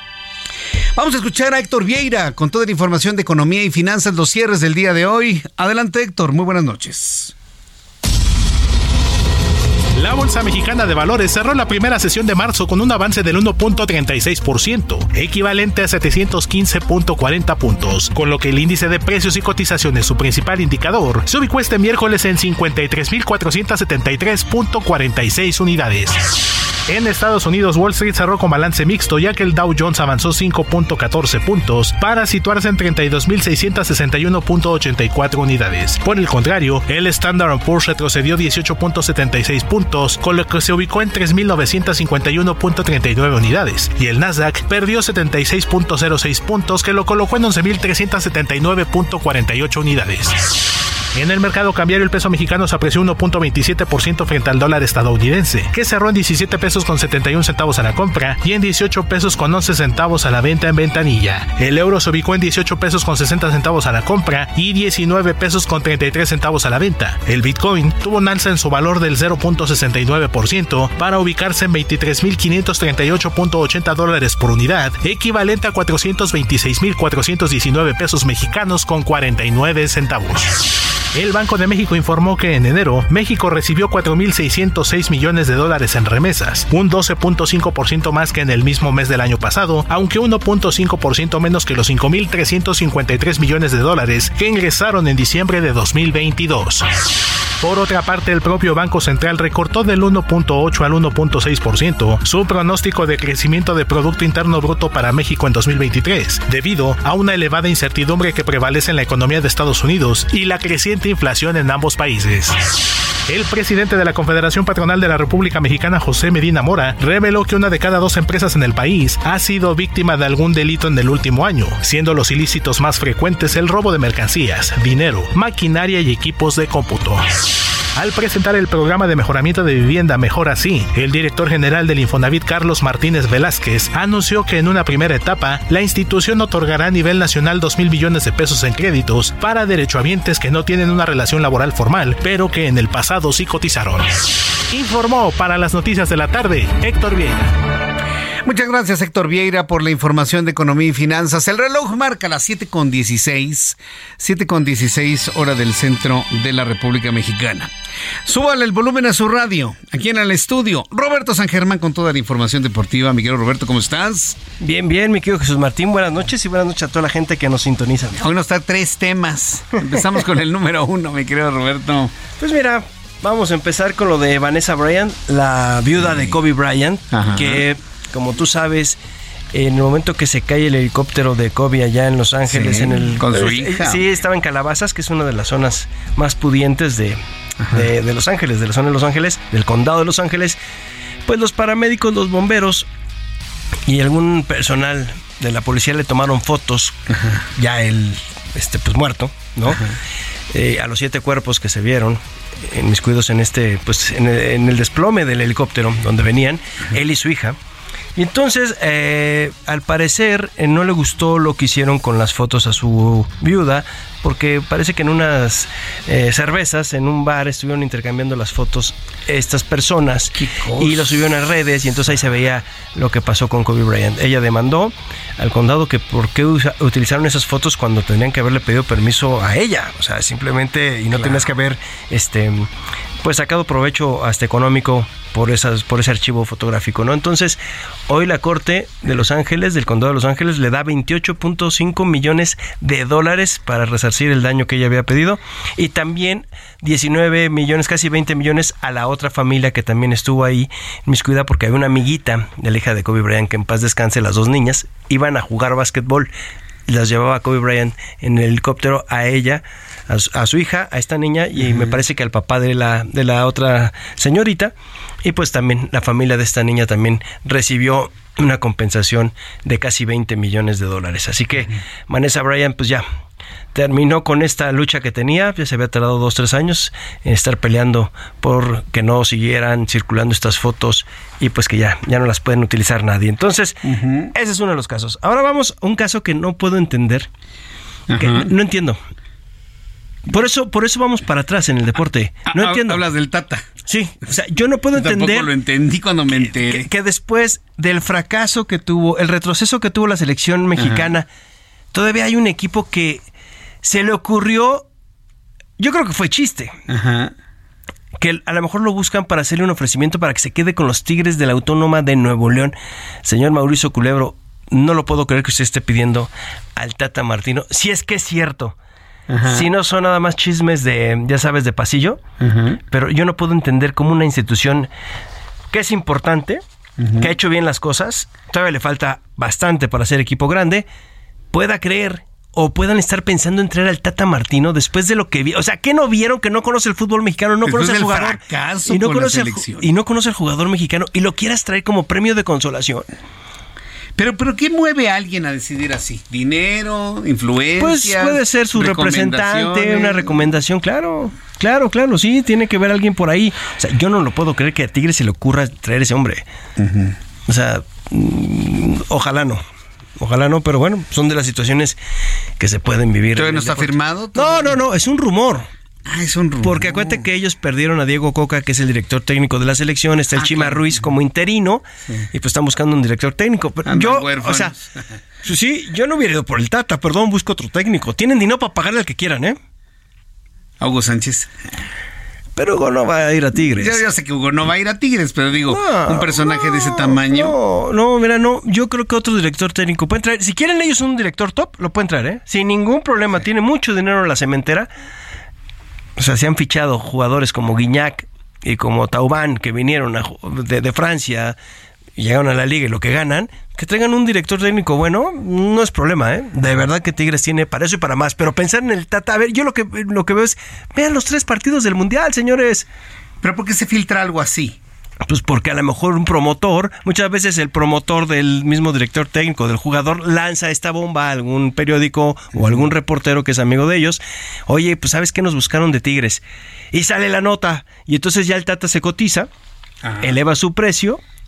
Vamos a escuchar a Héctor Vieira con toda la información de economía y finanzas, los cierres del día de hoy. Adelante, Héctor, muy buenas noches. La Bolsa Mexicana de Valores cerró la primera sesión de marzo con un avance del 1.36%, equivalente a 715.40 puntos, con lo que el índice de precios y cotizaciones, su principal indicador, se ubicó este miércoles en 53.473.46 unidades. En Estados Unidos, Wall Street cerró con balance mixto, ya que el Dow Jones avanzó 5.14 puntos para situarse en 32.661.84 unidades. Por el contrario, el Standard & Poor's retrocedió 18.76 puntos, con lo que se ubicó en 3.951.39 unidades, y el Nasdaq perdió 76.06 puntos, que lo colocó en 11.379.48 unidades. En el mercado cambiario, el peso mexicano se apreció 1.27% frente al dólar estadounidense, que cerró en 17 pesos con 71 centavos a la compra y en 18 pesos con 11 centavos a la venta en ventanilla. El euro se ubicó en 18 pesos con 60 centavos a la compra y 19 pesos con 33 centavos a la venta. El Bitcoin tuvo un alza en su valor del 0.69% para ubicarse en 23.538.80 dólares por unidad, equivalente a 426.419 pesos mexicanos con 49 centavos. El Banco de México informó que en enero, México recibió 4.606 millones de dólares en remesas, un 12.5% más que en el mismo mes del año pasado, aunque 1.5% menos que los 5.353 millones de dólares que ingresaron en diciembre de 2022. Por otra parte, el propio Banco Central recortó del 1.8 al 1.6% su pronóstico de crecimiento de Producto Interno Bruto para México en 2023, debido a una elevada incertidumbre que prevalece en la economía de Estados Unidos y la creciente inflación en ambos países. El presidente de la Confederación Patronal de la República Mexicana, José Medina Mora, reveló que 1 de cada 2 empresas en el país ha sido víctima de algún delito en el último año, siendo los ilícitos más frecuentes el robo de mercancías, dinero, maquinaria y equipos de cómputo. Al presentar el programa de mejoramiento de vivienda Mejor Así, el director general del Infonavit, Carlos Martínez Velázquez, anunció que en una primera etapa, la institución otorgará a nivel nacional 2,000 millones de pesos en créditos para derechohabientes que no tienen una relación laboral formal, pero que en el pasado sí cotizaron. Informó para las noticias de la tarde, Héctor Vieira. Muchas gracias, Héctor Vieira, por la información de economía y finanzas. El reloj marca las 7:16 hora del centro de la República Mexicana. Súbale el volumen a su radio, aquí en el estudio. Roberto San Germán con toda la información deportiva. Mi querido Roberto, ¿cómo estás? Bien, mi querido Jesús Martín. Buenas noches y buenas noches a toda la gente que nos sintoniza. Hoy nos trae 3 temas. Empezamos con el número 1, mi querido Roberto. Pues mira, vamos a empezar con lo de Vanessa Bryant, la viuda de Kobe Bryant, que, como tú sabes, en el momento que se cae el helicóptero de Kobe allá en Los Ángeles, con su hija. Sí, estaba en Calabazas, que es una de las zonas más pudientes de Los Ángeles, de la zona de Los Ángeles, del condado de Los Ángeles. Pues los paramédicos, los bomberos y algún personal de la policía le tomaron fotos, ya pues muerto, ¿no? A los 7 cuerpos que se vieron inmiscuidos en en el desplome del helicóptero donde venían, él y su hija. Y entonces, al parecer, no le gustó lo que hicieron con las fotos a su viuda, porque parece que en unas cervezas, en un bar, estuvieron intercambiando las fotos estas personas y lo subieron a redes, y entonces ahí se veía lo que pasó con Kobe Bryant. Ella demandó al condado que por qué utilizaron esas fotos cuando tendrían que haberle pedido permiso a ella, o sea, simplemente, y no tenías que haber pues sacado provecho hasta económico por ese archivo fotográfico, ¿no? Entonces, hoy la Corte de Los Ángeles, del Condado de Los Ángeles, le da $28.5 millones para resarcir el daño que ella había pedido, y también 19 millones, casi 20 millones a la otra familia que también estuvo ahí inmiscuida, porque había una amiguita de la hija de Kobe Bryant, que en paz descanse, las 2 niñas, iban a jugar básquetbol, las llevaba Kobe Bryant en el helicóptero a ella, a su hija, a esta niña, y me parece que al papá de la otra señorita, y pues también la familia de esta niña también recibió una compensación de casi $20 millones. Así que Vanessa Bryant pues ya terminó con esta lucha que tenía, ya se había tardado 2-3 años en estar peleando por que no siguieran circulando estas fotos, y pues que ya no las pueden utilizar nadie. Entonces, ese es uno de los casos. Ahora vamos a un caso que no puedo entender, que no entiendo. Por eso vamos para atrás en el deporte. No entiendo. Hablas del Tata. Sí, o sea, yo no puedo entender. Tampoco lo entendí cuando me enteré. Que después del fracaso que tuvo, el retroceso que tuvo la selección mexicana, todavía hay un equipo que se le ocurrió, yo creo que fue chiste, que a lo mejor lo buscan para hacerle un ofrecimiento para que se quede con los Tigres de la Autónoma de Nuevo León. Señor Mauricio Culebro, no lo puedo creer que usted esté pidiendo al Tata Martino, si es que es cierto. Si no son nada más chismes de, ya sabes, de pasillo, pero yo no puedo entender cómo una institución que es importante, que ha hecho bien las cosas, todavía le falta bastante para ser equipo grande, pueda creer o puedan estar pensando en traer al Tata Martino después de lo que vieron. O sea, ¿qué no vieron? Que no conoce el fútbol mexicano, no conoce al jugador, y no conoce al jugador mexicano, y lo quieras traer como premio de consolación. Pero ¿qué mueve a alguien a decidir así? ¿Dinero? ¿Influencia? Pues puede ser su representante, una recomendación, claro, sí, tiene que ver alguien por ahí. O sea, yo no lo puedo creer que a Tigres se le ocurra traer ese hombre. O sea, ojalá no, pero bueno, son de las situaciones que se pueden vivir. ¿Todavía no está firmado? No, es un rumor. Es un rumor. Porque acuérdate que ellos perdieron a Diego Coca, que es el director técnico de la selección, está el Chima Ruiz como interino, y pues están buscando un director técnico. Pero yo no hubiera ido por el Tata, busco otro técnico. Tienen dinero para pagarle al que quieran, Hugo Sánchez. Pero Hugo no va a ir a Tigres. Yo sé que Hugo no va a ir a Tigres, pero digo, un personaje de ese tamaño. No, yo creo que otro director técnico pueden traer. Si quieren ellos un director top, lo pueden traer, sin ningún problema. Tiene mucho dinero la cementera. O sea, se han fichado jugadores como Guignac y como Thauvin, que vinieron de Francia y llegaron a la liga y lo que ganan, que traigan un director técnico bueno, no es problema, De verdad que Tigres tiene para eso y para más. Pero pensar en el Tata, a ver, yo lo que veo es, vean los 3 partidos del Mundial, señores. ¿Pero por qué se filtra algo así? Pues porque a lo mejor un promotor, muchas veces el promotor del mismo director técnico del jugador lanza esta bomba a algún periódico o algún reportero que es amigo de ellos. Oye, pues ¿sabes qué nos buscaron de Tigres? Y sale la nota, y entonces ya el Tata se cotiza, eleva su precio,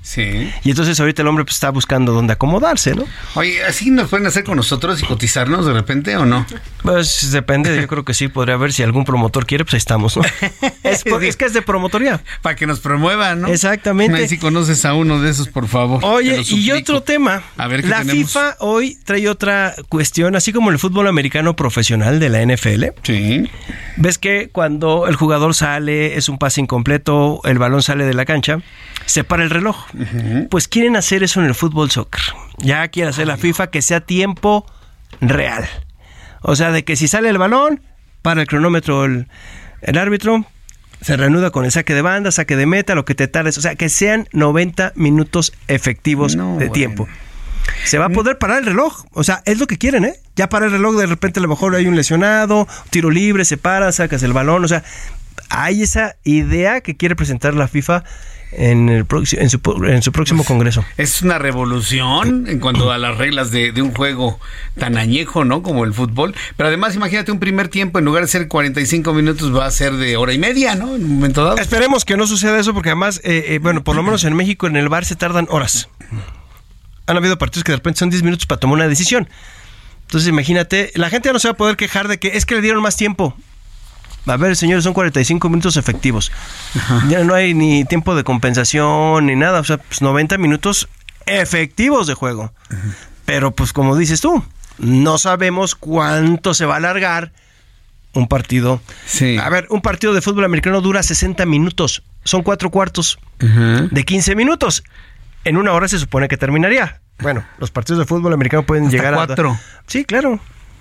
Sí. Y entonces ahorita el hombre pues, está buscando dónde acomodarse, ¿no? Oye, ¿así nos pueden hacer con nosotros y cotizarnos de repente o no? Pues depende, yo creo que sí, podría haber, si algún promotor quiere, pues ahí estamos, ¿no? Es que es de promotoría. Para que nos promuevan, ¿no? Exactamente. Ahí si conoces a uno de esos, por favor. Oye, y otro tema. A ver, ¿qué la tenemos? FIFA hoy trae otra cuestión, así como el fútbol americano profesional de la NFL. Sí. ¿Ves que cuando el jugador sale, es un pase incompleto, el balón sale de la cancha, se para el reloj? Uh-huh. Pues quieren hacer eso en el fútbol soccer. Ya quiere hacer la FIFA que sea tiempo real. O sea, de que si sale el balón, para el cronómetro el árbitro, se reanuda con el saque de banda, saque de meta, lo que te tardes. O sea, que sean 90 minutos efectivos de tiempo. Se va a poder parar el reloj. O sea, es lo que quieren, ¿eh? Ya para el reloj, de repente a lo mejor hay un lesionado, tiro libre, se para, sacas el balón. O sea, hay esa idea que quiere presentar la FIFA en su próximo congreso. Es una revolución en cuanto a las reglas de un juego tan añejo, ¿no? Como el fútbol. Pero además, imagínate, un primer tiempo, en lugar de ser 45 minutos, va a ser de hora y media, ¿no? En un momento dado. Esperemos que no suceda eso, porque además, bueno, por lo menos en México, en el VAR se tardan horas. Han habido partidos que de repente son 10 minutos para tomar una decisión. Entonces, imagínate, la gente ya no se va a poder quejar de que es que le dieron más tiempo. A ver, señores, son 45 minutos efectivos. Ajá. Ya no hay ni tiempo de compensación ni nada. O sea, pues 90 minutos efectivos de juego. Ajá. Pero, pues, como dices tú, no sabemos cuánto se va a alargar un partido. Sí. A ver, un partido de fútbol americano dura 60 minutos. Son 4 cuartos de 15 minutos. En una hora se supone que terminaría. Bueno, los partidos de fútbol americano pueden llegar a 4. Sí, claro.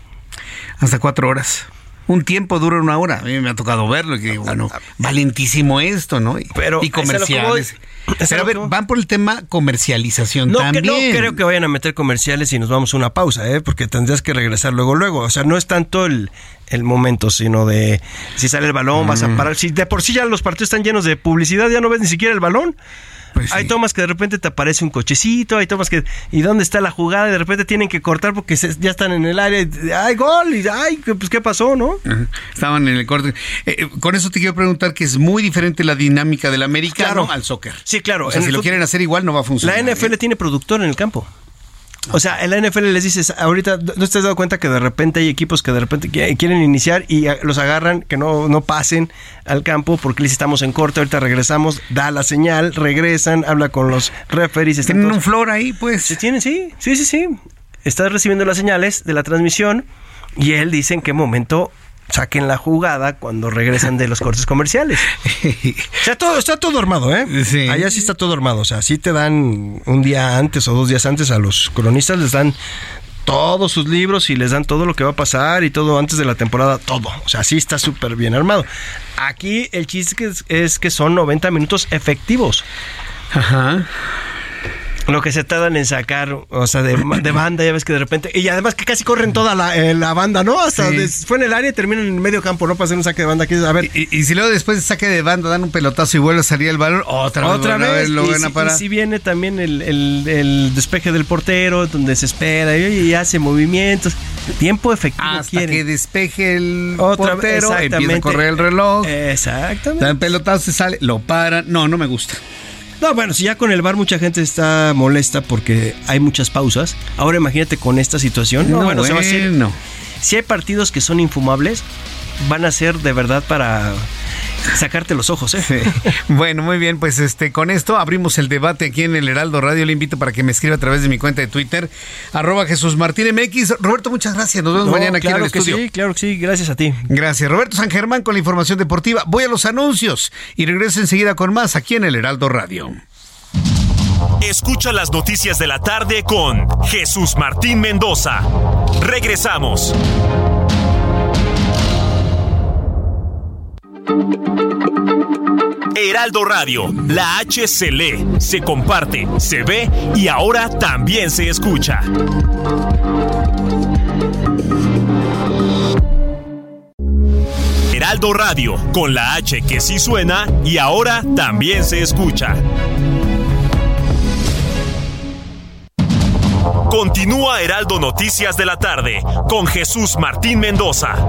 Hasta 4 horas. Un tiempo dura 1 hora. A mí me ha tocado verlo. Y que, bueno, valentísimo esto, ¿no? Y comerciales. Pero a ver, van por el tema comercialización también. No creo que vayan a meter comerciales y nos vamos a una pausa, porque tendrías que regresar luego. O sea, no es tanto el momento, sino de si sale el balón, vas a parar. Si de por sí ya los partidos están llenos de publicidad, ya no ves ni siquiera el balón. Pues hay tomas que de repente te aparece un cochecito, hay tomas que... ¿Y dónde está la jugada? Y de repente tienen que cortar porque ya están en el área. ¡Ay, gol! Y ¡ay, pues qué pasó, ¿no? Estaban en el corte. Con eso te quiero preguntar que es muy diferente la dinámica del americano al soccer. Sí, claro. O sea, si lo quieren hacer igual no va a funcionar. La NFL tiene productor en el campo. O sea, en la NFL les dices, ahorita, ¿no te has dado cuenta que de repente hay equipos que de repente quieren iniciar y los agarran, que no pasen al campo porque les estamos en corte, ahorita regresamos, da la señal, regresan, habla con los referees. ¿Tienen un floor ahí, pues? Sí, tienen, sí. Estás recibiendo las señales de la transmisión y él dice en qué momento saquen la jugada cuando regresan de los cortes comerciales. O sea, está todo armado, Sí. Allá sí está todo armado. O sea, sí te dan un día antes o 2 días antes a los cronistas, les dan todos sus libros y les dan todo lo que va a pasar y todo antes de la temporada, todo. O sea, sí está súper bien armado. Aquí el chiste es que son 90 minutos efectivos. Ajá. Lo que se tardan en sacar, o sea, de banda, ya ves que de repente... Y además que casi corren toda la banda, ¿no? Hasta fue en el área y terminan en el medio campo, ¿no? Para hacer un saque de banda. A ver. Y si luego después de saque de banda dan un pelotazo y vuelve a salir el balón, otra vez lo van a parar. Y si viene también el despeje del portero, donde se espera y hace movimientos. Tiempo efectivo hasta que despeje el portero, empieza a correr el reloj. Exactamente. Dan pelotazo, se sale, lo paran. No me gusta. No, bueno, si ya con el VAR mucha gente está molesta porque hay muchas pausas, ahora imagínate con esta situación. Se va a hacer. Si hay partidos que son infumables, van a ser de verdad para sacarte los ojos, Sí. Bueno, muy bien, pues con esto abrimos el debate aquí en el Heraldo Radio. Le invito para que me escriba a través de mi cuenta de Twitter, @JesusMartinMX. Roberto, muchas gracias. Nos vemos mañana aquí en el estudio. Sí, claro que sí. Gracias a ti. Gracias. Roberto San Germán con la información deportiva. Voy a los anuncios y regreso enseguida con más aquí en el Heraldo Radio. Escucha las noticias de la tarde con Jesús Martín Mendoza. Regresamos. Heraldo Radio, la H se lee, se comparte, se ve y ahora también se escucha. Heraldo Radio, con la H que sí suena y ahora también se escucha. Continúa Heraldo Noticias de la tarde con Jesús Martín Mendoza.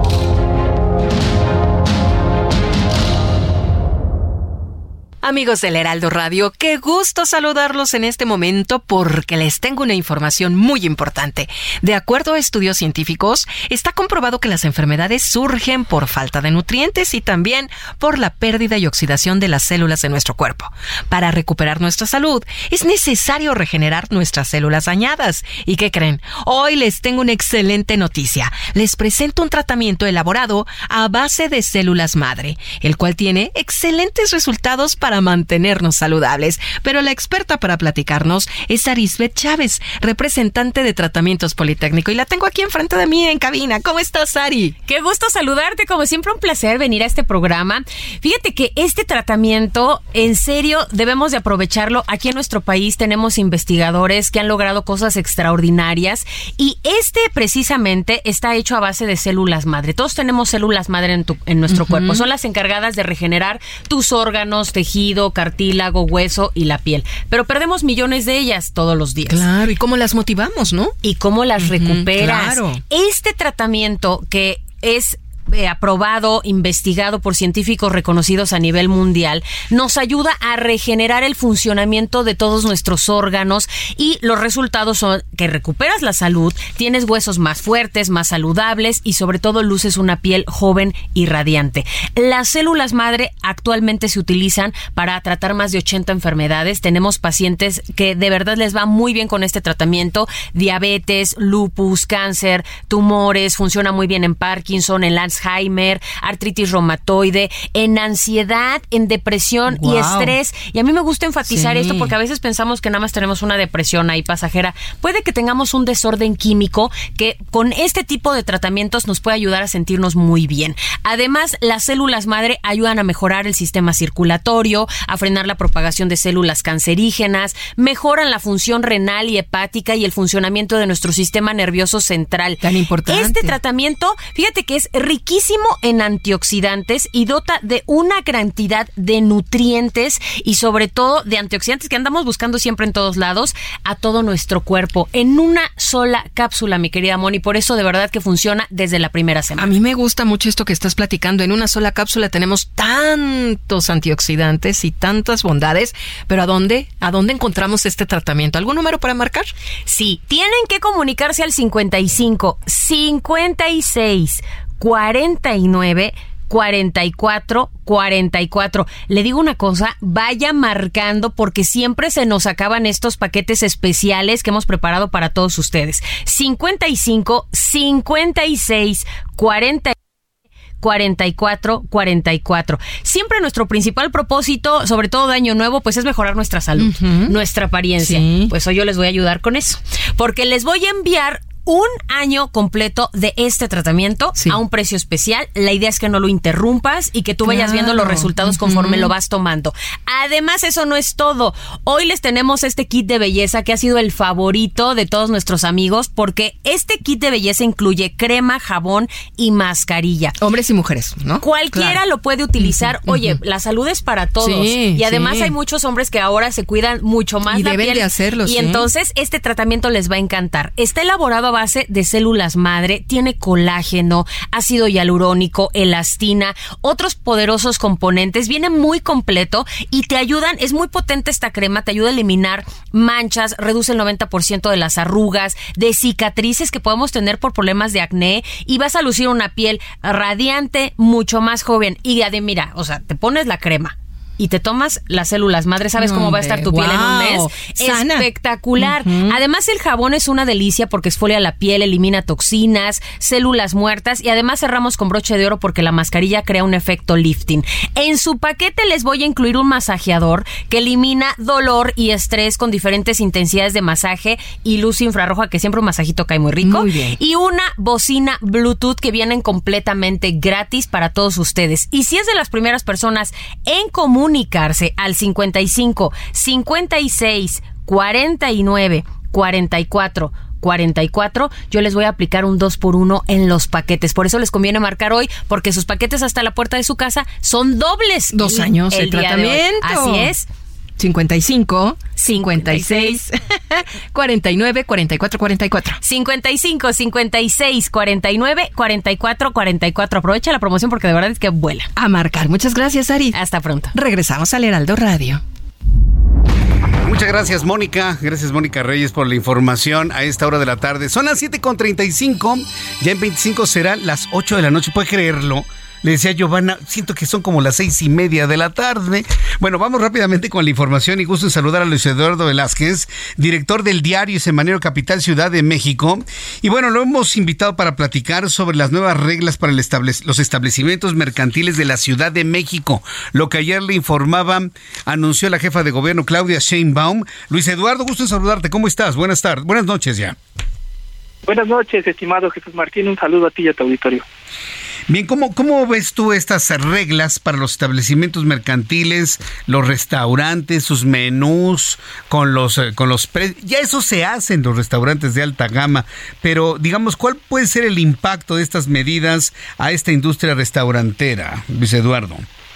Amigos del Heraldo Radio, qué gusto saludarlos en este momento porque les tengo una información muy importante. De acuerdo a estudios científicos, está comprobado que las enfermedades surgen por falta de nutrientes y también por la pérdida y oxidación de las células de nuestro cuerpo. Para recuperar nuestra salud, es necesario regenerar nuestras células dañadas. ¿Y qué creen? Hoy les tengo una excelente noticia. Les presento un tratamiento elaborado a base de células madre, el cual tiene excelentes resultados para mantenernos saludables. Pero la experta para platicarnos es Arisbeth Chávez, representante de Tratamientos Politécnico, y la tengo aquí enfrente de mí en cabina. ¿Cómo estás, Ari? Qué gusto saludarte, como siempre un placer venir a este programa. Fíjate que este tratamiento, en serio, debemos de aprovecharlo. Aquí en nuestro país tenemos investigadores que han logrado cosas extraordinarias y este precisamente está hecho a base de células madre. Todos tenemos células madre en nuestro cuerpo. Son las encargadas de regenerar tus órganos, tejido, cartílago, hueso y la piel. Pero perdemos millones de ellas todos los días. Claro, ¿y cómo las motivamos, no? Y cómo las recuperas. Claro. Este tratamiento que es aprobado, investigado por científicos reconocidos a nivel mundial, nos ayuda a regenerar el funcionamiento de todos nuestros órganos y los resultados son que recuperas la salud, tienes huesos más fuertes, más saludables y sobre todo luces una piel joven y radiante. Las células madre actualmente se utilizan para tratar más de 80 enfermedades. Tenemos pacientes que de verdad les va muy bien con este tratamiento: diabetes, lupus, cáncer, tumores, funciona muy bien en Parkinson, en Alzheimer, artritis reumatoide, en ansiedad, en depresión y estrés. Y a mí me gusta enfatizar esto porque a veces pensamos que nada más tenemos una depresión ahí pasajera. Puede que tengamos un desorden químico que con este tipo de tratamientos nos puede ayudar a sentirnos muy bien. Además, las células madre ayudan a mejorar el sistema circulatorio, a frenar la propagación de células cancerígenas, mejoran la función renal y hepática y el funcionamiento de nuestro sistema nervioso central. Tan importante. Este tratamiento, fíjate que es riquísimo en antioxidantes y dota de una cantidad de nutrientes y sobre todo de antioxidantes que andamos buscando siempre en todos lados a todo nuestro cuerpo en una sola cápsula, mi querida Moni. Por eso de verdad que funciona desde la primera semana. A mí me gusta mucho esto que estás platicando. En una sola cápsula tenemos tantos antioxidantes y tantas bondades, pero ¿a dónde encontramos este tratamiento? ¿Algún número para marcar? Sí, tienen que comunicarse al 55 56 49 44 44. Le digo una cosa, vaya marcando porque siempre se nos acaban estos paquetes especiales que hemos preparado para todos ustedes. 55 56 40 44 44. Siempre nuestro principal propósito, sobre todo de Año Nuevo, pues es mejorar nuestra salud, nuestra apariencia. Sí. Pues hoy yo les voy a ayudar con eso, porque les voy a enviar un año completo de este tratamiento a un precio especial. La idea es que no lo interrumpas y que tú vayas viendo los resultados conforme lo vas tomando. Además, eso no es todo. Hoy les tenemos este kit de belleza que ha sido el favorito de todos nuestros amigos porque este kit de belleza incluye crema, jabón y mascarilla. Hombres y mujeres, ¿no? Cualquiera lo puede utilizar. Oye, la salud es para todos. Y además hay muchos hombres que ahora se cuidan mucho más la piel. Y deben de hacerlo, y entonces este tratamiento les va a encantar. Está elaborado a base de células madre, tiene colágeno, ácido hialurónico, elastina, otros poderosos componentes, viene muy completo y te ayudan, es muy potente esta crema, te ayuda a eliminar manchas, reduce el 90% de las arrugas, de cicatrices que podemos tener por problemas de acné y vas a lucir una piel radiante, mucho más joven. Y mira, o sea, te pones la crema y te tomas las células madre, ¿sabes cómo va a estar tu piel en un mes? Sana. Espectacular. Además, el jabón es una delicia porque exfolia la piel, elimina toxinas, células muertas y además cerramos con broche de oro porque la mascarilla crea un efecto lifting. En su paquete les voy a incluir un masajeador que elimina dolor y estrés con diferentes intensidades de masaje y luz infrarroja, que siempre un masajito cae muy rico. Muy bien. Y una bocina Bluetooth que vienen completamente gratis para todos ustedes. Y si es de las primeras personas en comunicarse al 55 56 49 44 44, yo les voy a aplicar un 2x1 en los paquetes. Por eso les conviene marcar hoy, porque sus paquetes hasta la puerta de su casa son dobles. 2 años de tratamiento. Así es. 55 56 49 44 44. 55 56 49 44 44. Aprovecha la promoción porque de verdad es que vuela. A marcar. Muchas gracias, Ari. Hasta pronto. Regresamos al Heraldo Radio. Muchas gracias, Mónica. Gracias, Mónica Reyes, por la información a esta hora de la tarde. Son las 7:35. Ya en 25 serán las 8 de la noche. ¿Puede creerlo? Le decía a Giovanna, siento que son como las 6:30 de la tarde. Bueno, vamos rápidamente con la información y gusto en saludar a Luis Eduardo Velázquez, director del diario Semanario Capital Ciudad de México. Y bueno, lo hemos invitado para platicar sobre las nuevas reglas para los establecimientos mercantiles de la Ciudad de México. Lo que ayer le informaba, anunció la jefa de gobierno Claudia Sheinbaum. Luis Eduardo, gusto en saludarte. ¿Cómo estás? Buenas tardes. Buenas noches ya. Buenas noches, estimado Jesús Martín. Un saludo a ti y a tu auditorio. Bien, ¿cómo ves tú estas reglas para los establecimientos mercantiles, los restaurantes, sus menús, con los precios? Ya eso se hace en los restaurantes de alta gama, pero digamos, ¿cuál puede ser el impacto de estas medidas a esta industria restaurantera, Luis Eduardo?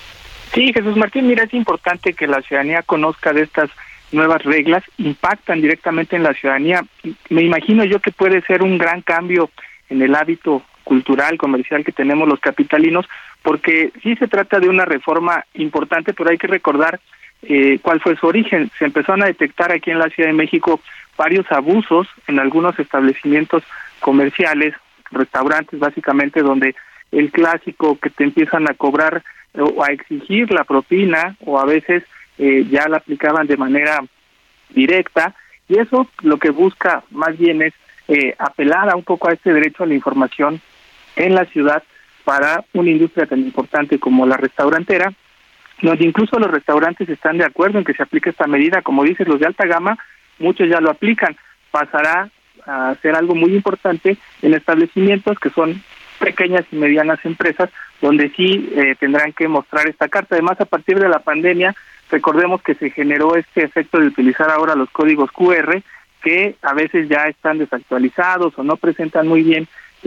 Sí, Jesús Martín, mira, es importante que la ciudadanía conozca de estas nuevas reglas, impactan directamente en la ciudadanía. Me imagino yo que puede ser un gran cambio en el hábito cultural, comercial que tenemos los capitalinos, porque sí se trata de una reforma importante, pero hay que recordar cuál fue su origen. Se empezaron a detectar aquí en la Ciudad de México varios abusos en algunos establecimientos comerciales, restaurantes básicamente, donde el clásico que te empiezan a cobrar o a exigir la propina, o a veces ya la aplicaban de manera directa, y eso lo que busca más bien es apelar a un poco a este derecho a la información en la ciudad para una industria tan importante como la restaurantera, donde incluso los restaurantes están de acuerdo en que se aplique esta medida. Como dices, los de alta gama, muchos ya lo aplican. Pasará a ser algo muy importante en establecimientos que son pequeñas y medianas empresas, donde sí tendrán que mostrar esta carta. Además, a partir de la pandemia, recordemos que se generó este efecto de utilizar ahora los códigos QR, que a veces ya están desactualizados o no presentan muy bien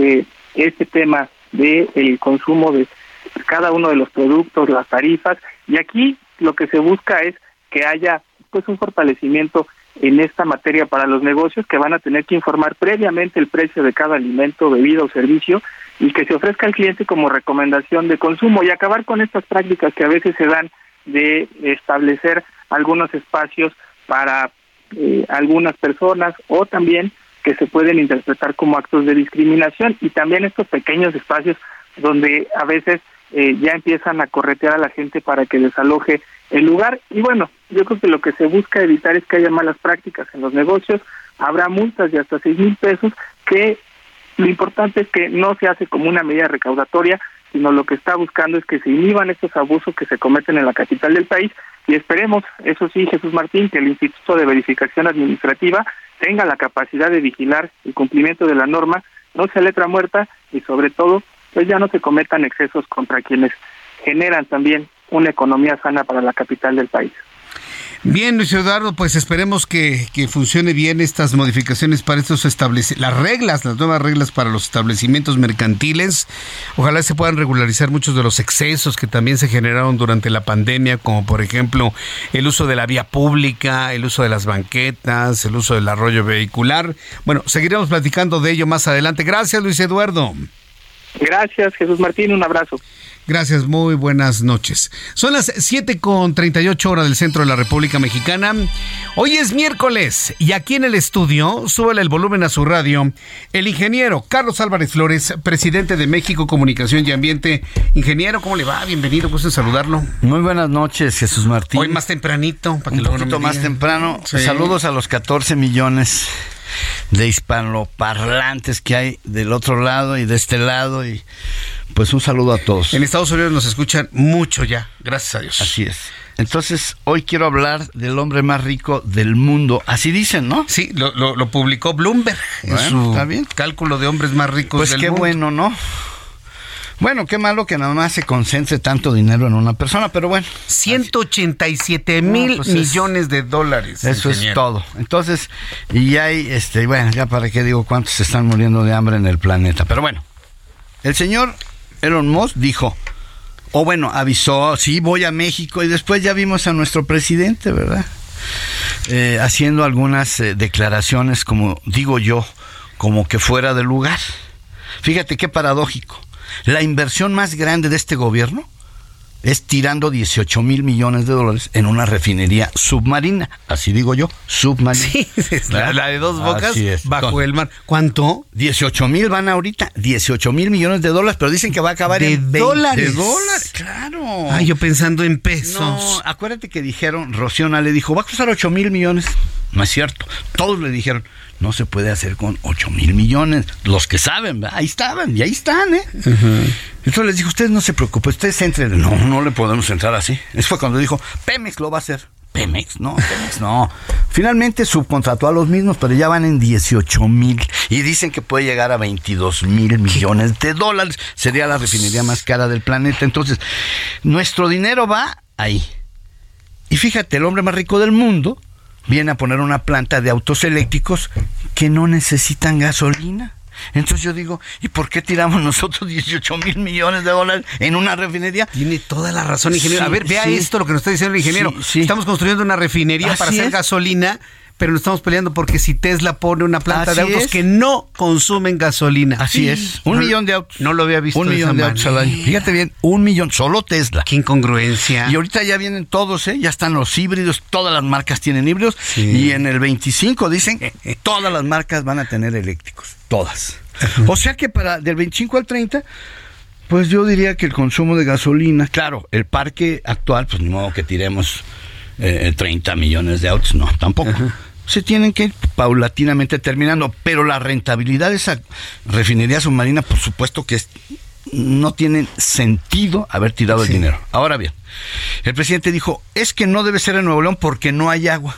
este tema de el consumo de cada uno de los productos, las tarifas, y aquí lo que se busca es que haya pues un fortalecimiento en esta materia para los negocios, que van a tener que informar previamente el precio de cada alimento, bebida o servicio, y que se ofrezca al cliente como recomendación de consumo, y acabar con estas prácticas que a veces se dan de establecer algunos espacios para algunas personas, o también que se pueden interpretar como actos de discriminación, y también estos pequeños espacios donde a veces ya empiezan a corretear a la gente para que desaloje el lugar. Y bueno, yo creo que lo que se busca evitar es que haya malas prácticas en los negocios. Habrá multas de hasta 6,000 pesos, que lo importante es que no se hace como una medida recaudatoria, sino lo que está buscando es que se inhiban estos abusos que se cometen en la capital del país. Y esperemos, eso sí, Jesús Martín, que el Instituto de Verificación Administrativa tenga la capacidad de vigilar el cumplimiento de la norma, no sea letra muerta, y sobre todo, pues ya no se cometan excesos contra quienes generan también una economía sana para la capital del país. Bien, Luis Eduardo, pues esperemos que funcione bien estas modificaciones para estos las nuevas reglas para los establecimientos mercantiles. Ojalá se puedan regularizar muchos de los excesos que también se generaron durante la pandemia, como por ejemplo el uso de la vía pública, el uso de las banquetas, el uso del arroyo vehicular. Bueno, seguiremos platicando de ello más adelante. Gracias, Luis Eduardo. Gracias, Jesús Martín, un abrazo. Gracias, muy buenas noches. Son las 7:38 horas del centro de la República Mexicana. Hoy es miércoles y aquí en el estudio, súbele el volumen a su radio, el ingeniero Carlos Álvarez Flores, presidente de México Comunicación y Ambiente. Ingeniero, ¿cómo le va? Bienvenido, gusto en saludarlo. Muy buenas noches, Jesús Martín. Hoy más tempranito. Para que un poquito más temprano. Sí. Saludos a los 14 millones de hispanoparlantes que hay del otro lado y de este lado, y pues un saludo a todos. En Estados Unidos nos escuchan mucho ya, gracias a Dios. Así es. Entonces, hoy quiero hablar del hombre más rico del mundo. Así dicen, ¿no? Sí, lo publicó Bloomberg en su cálculo de hombres más ricos del mundo. Pues qué bueno, ¿no? Bueno, qué malo que nada más se concentre tanto dinero en una persona, pero bueno. 187,000 millones de dólares. Eso es todo. Entonces, y hay, bueno, ya para qué digo cuántos se están muriendo de hambre en el planeta. Pero bueno, el señor Elon Musk dijo, O bueno, avisó, sí, voy a México, y después ya vimos a nuestro presidente, ¿verdad? Haciendo algunas declaraciones, como digo yo, como que fuera de lugar. Fíjate qué paradójico. La inversión más grande de este gobierno es tirando 18 mil millones de dólares en una refinería submarina. Así digo yo, submarina. Sí, la de Dos Bocas bajo el mar. ¿Cuánto? 18 mil van ahorita, 18 mil millones de dólares, pero dicen que va a acabar en dólares. De dólares, claro. Ay, yo pensando en pesos. No, acuérdate que dijeron, Rocío Nale dijo, va a costar 8 mil millones. No es cierto. Todos le dijeron, no se puede hacer con 8 mil millones. Los que saben, ¿verdad? Ahí estaban, y ahí están, ¿eh? Uh-huh. Entonces les dijo, ustedes no se preocupen, ustedes entren. No le podemos entrar así. Eso fue cuando dijo, Pemex lo va a hacer. Pemex no. Finalmente subcontrató a los mismos, pero ya van en 18 mil. Y dicen que puede llegar a 22 mil millones de dólares. Sería la refinería más cara del planeta. Entonces, nuestro dinero va ahí. Y fíjate, el hombre más rico del mundo viene a poner una planta de autos eléctricos que no necesitan gasolina. Entonces yo digo, ¿y por qué tiramos nosotros 18 mil millones de dólares en una refinería? Tiene toda la razón, ingeniero. Sí, a ver, vea esto, lo que nos está diciendo el ingeniero. Sí. Estamos construyendo una refinería para hacer gasolina, pero nos estamos peleando porque si Tesla pone una planta de autos que no consumen gasolina. Así es. 1 millón de autos. No lo había visto. 1 millón de autos al año. Fíjate bien, 1 millón, solo Tesla. Qué incongruencia. Y ahorita ya vienen todos, ya están los híbridos, todas las marcas tienen híbridos. Sí. Y en el 25 dicen que todas las marcas van a tener eléctricos. Todas. Uh-huh. O sea que del 25 al 30, pues yo diría que el consumo de gasolina, claro, el parque actual, pues ni modo que tiremos 30 millones de autos, no, tampoco. Uh-huh. Se tienen que ir paulatinamente terminando, pero la rentabilidad de esa refinería submarina, por supuesto que no tiene sentido haber tirado el dinero. Ahora bien, el presidente dijo, es que no debe ser en Nuevo León porque no hay agua.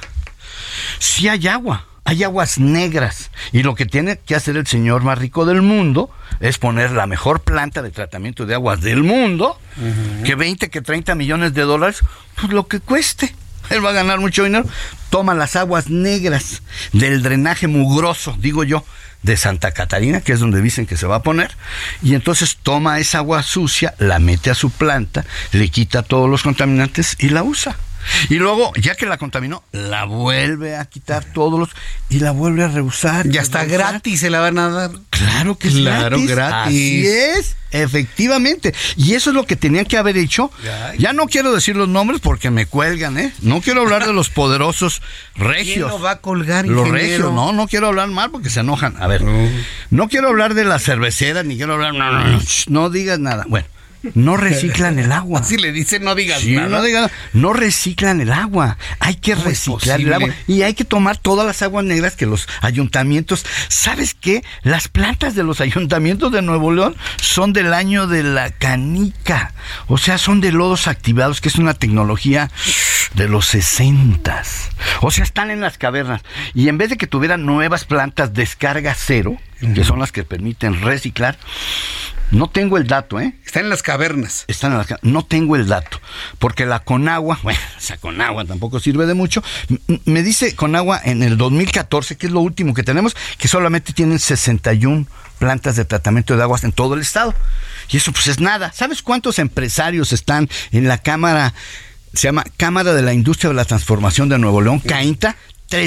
Sí hay agua. Hay aguas negras, y lo que tiene que hacer el señor más rico del mundo es poner la mejor planta de tratamiento de aguas del mundo, uh-huh, que 20, que 30 millones de dólares, pues lo que cueste. Él va a ganar mucho dinero. Toma las aguas negras del drenaje mugroso, digo yo, de Santa Catarina, que es donde dicen que se va a poner, y entonces toma esa agua sucia, la mete a su planta, le quita todos los contaminantes y la usa. Y luego, ya que la contaminó, la vuelve a quitar y la vuelve a reusar. Ya está gratis, se la van a dar. Claro que es gratis. Así es, efectivamente. Y eso es lo que tenían que haber hecho. Ya no quiero decir los nombres porque me cuelgan, ¿eh? No quiero hablar de los poderosos regios. ¿Quién lo va a colgar, los regios, no quiero hablar mal porque se enojan. A ver, no quiero hablar de las cerveceras, ni quiero hablar... No digas nada. Bueno. No reciclan el agua. Así le dicen, no digas nada. No reciclan el agua. Hay que reciclar el agua. Y hay que tomar todas las aguas negras que los ayuntamientos... ¿Sabes qué? Las plantas de los ayuntamientos de Nuevo León son del año de la canica. O sea, son de lodos activados, que es una tecnología de los 60. O sea, están en las cavernas. Y en vez de que tuvieran nuevas plantas descarga cero, que son las que permiten reciclar... No tengo el dato, ¿eh? Están en las cavernas. No tengo el dato, porque la Conagua, bueno, esa Conagua tampoco sirve de mucho. Me dice Conagua en el 2014, que es lo último que tenemos, que solamente tienen 61 plantas de tratamiento de aguas en todo el estado. Y eso pues es nada. ¿Sabes cuántos empresarios están en la Cámara, se llama Cámara de la Industria de la Transformación de Nuevo León, CAINTA?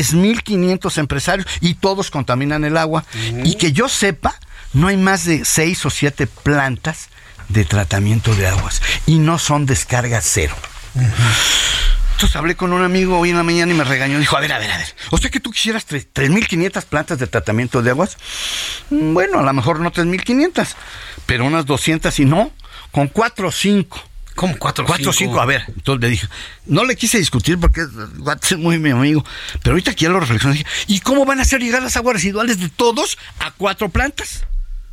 3,500 empresarios y todos contaminan el agua. Y que yo sepa, no hay más de 6 o 7 plantas de tratamiento de aguas y no son descarga cero. Entonces hablé con un amigo hoy en la mañana y me regañó. Dijo, a ver. ¿O sea que tú quisieras 3,500 plantas de tratamiento de aguas? Bueno, a lo mejor no 3,500, pero unas 200 y no, con 4 o 5. ¿Cómo 4 o 5? A ver, entonces le dije, no le quise discutir porque es muy mi amigo, pero ahorita que ya lo reflexioné, dije, ¿y cómo van a hacer llegar las aguas residuales de todos a 4 plantas?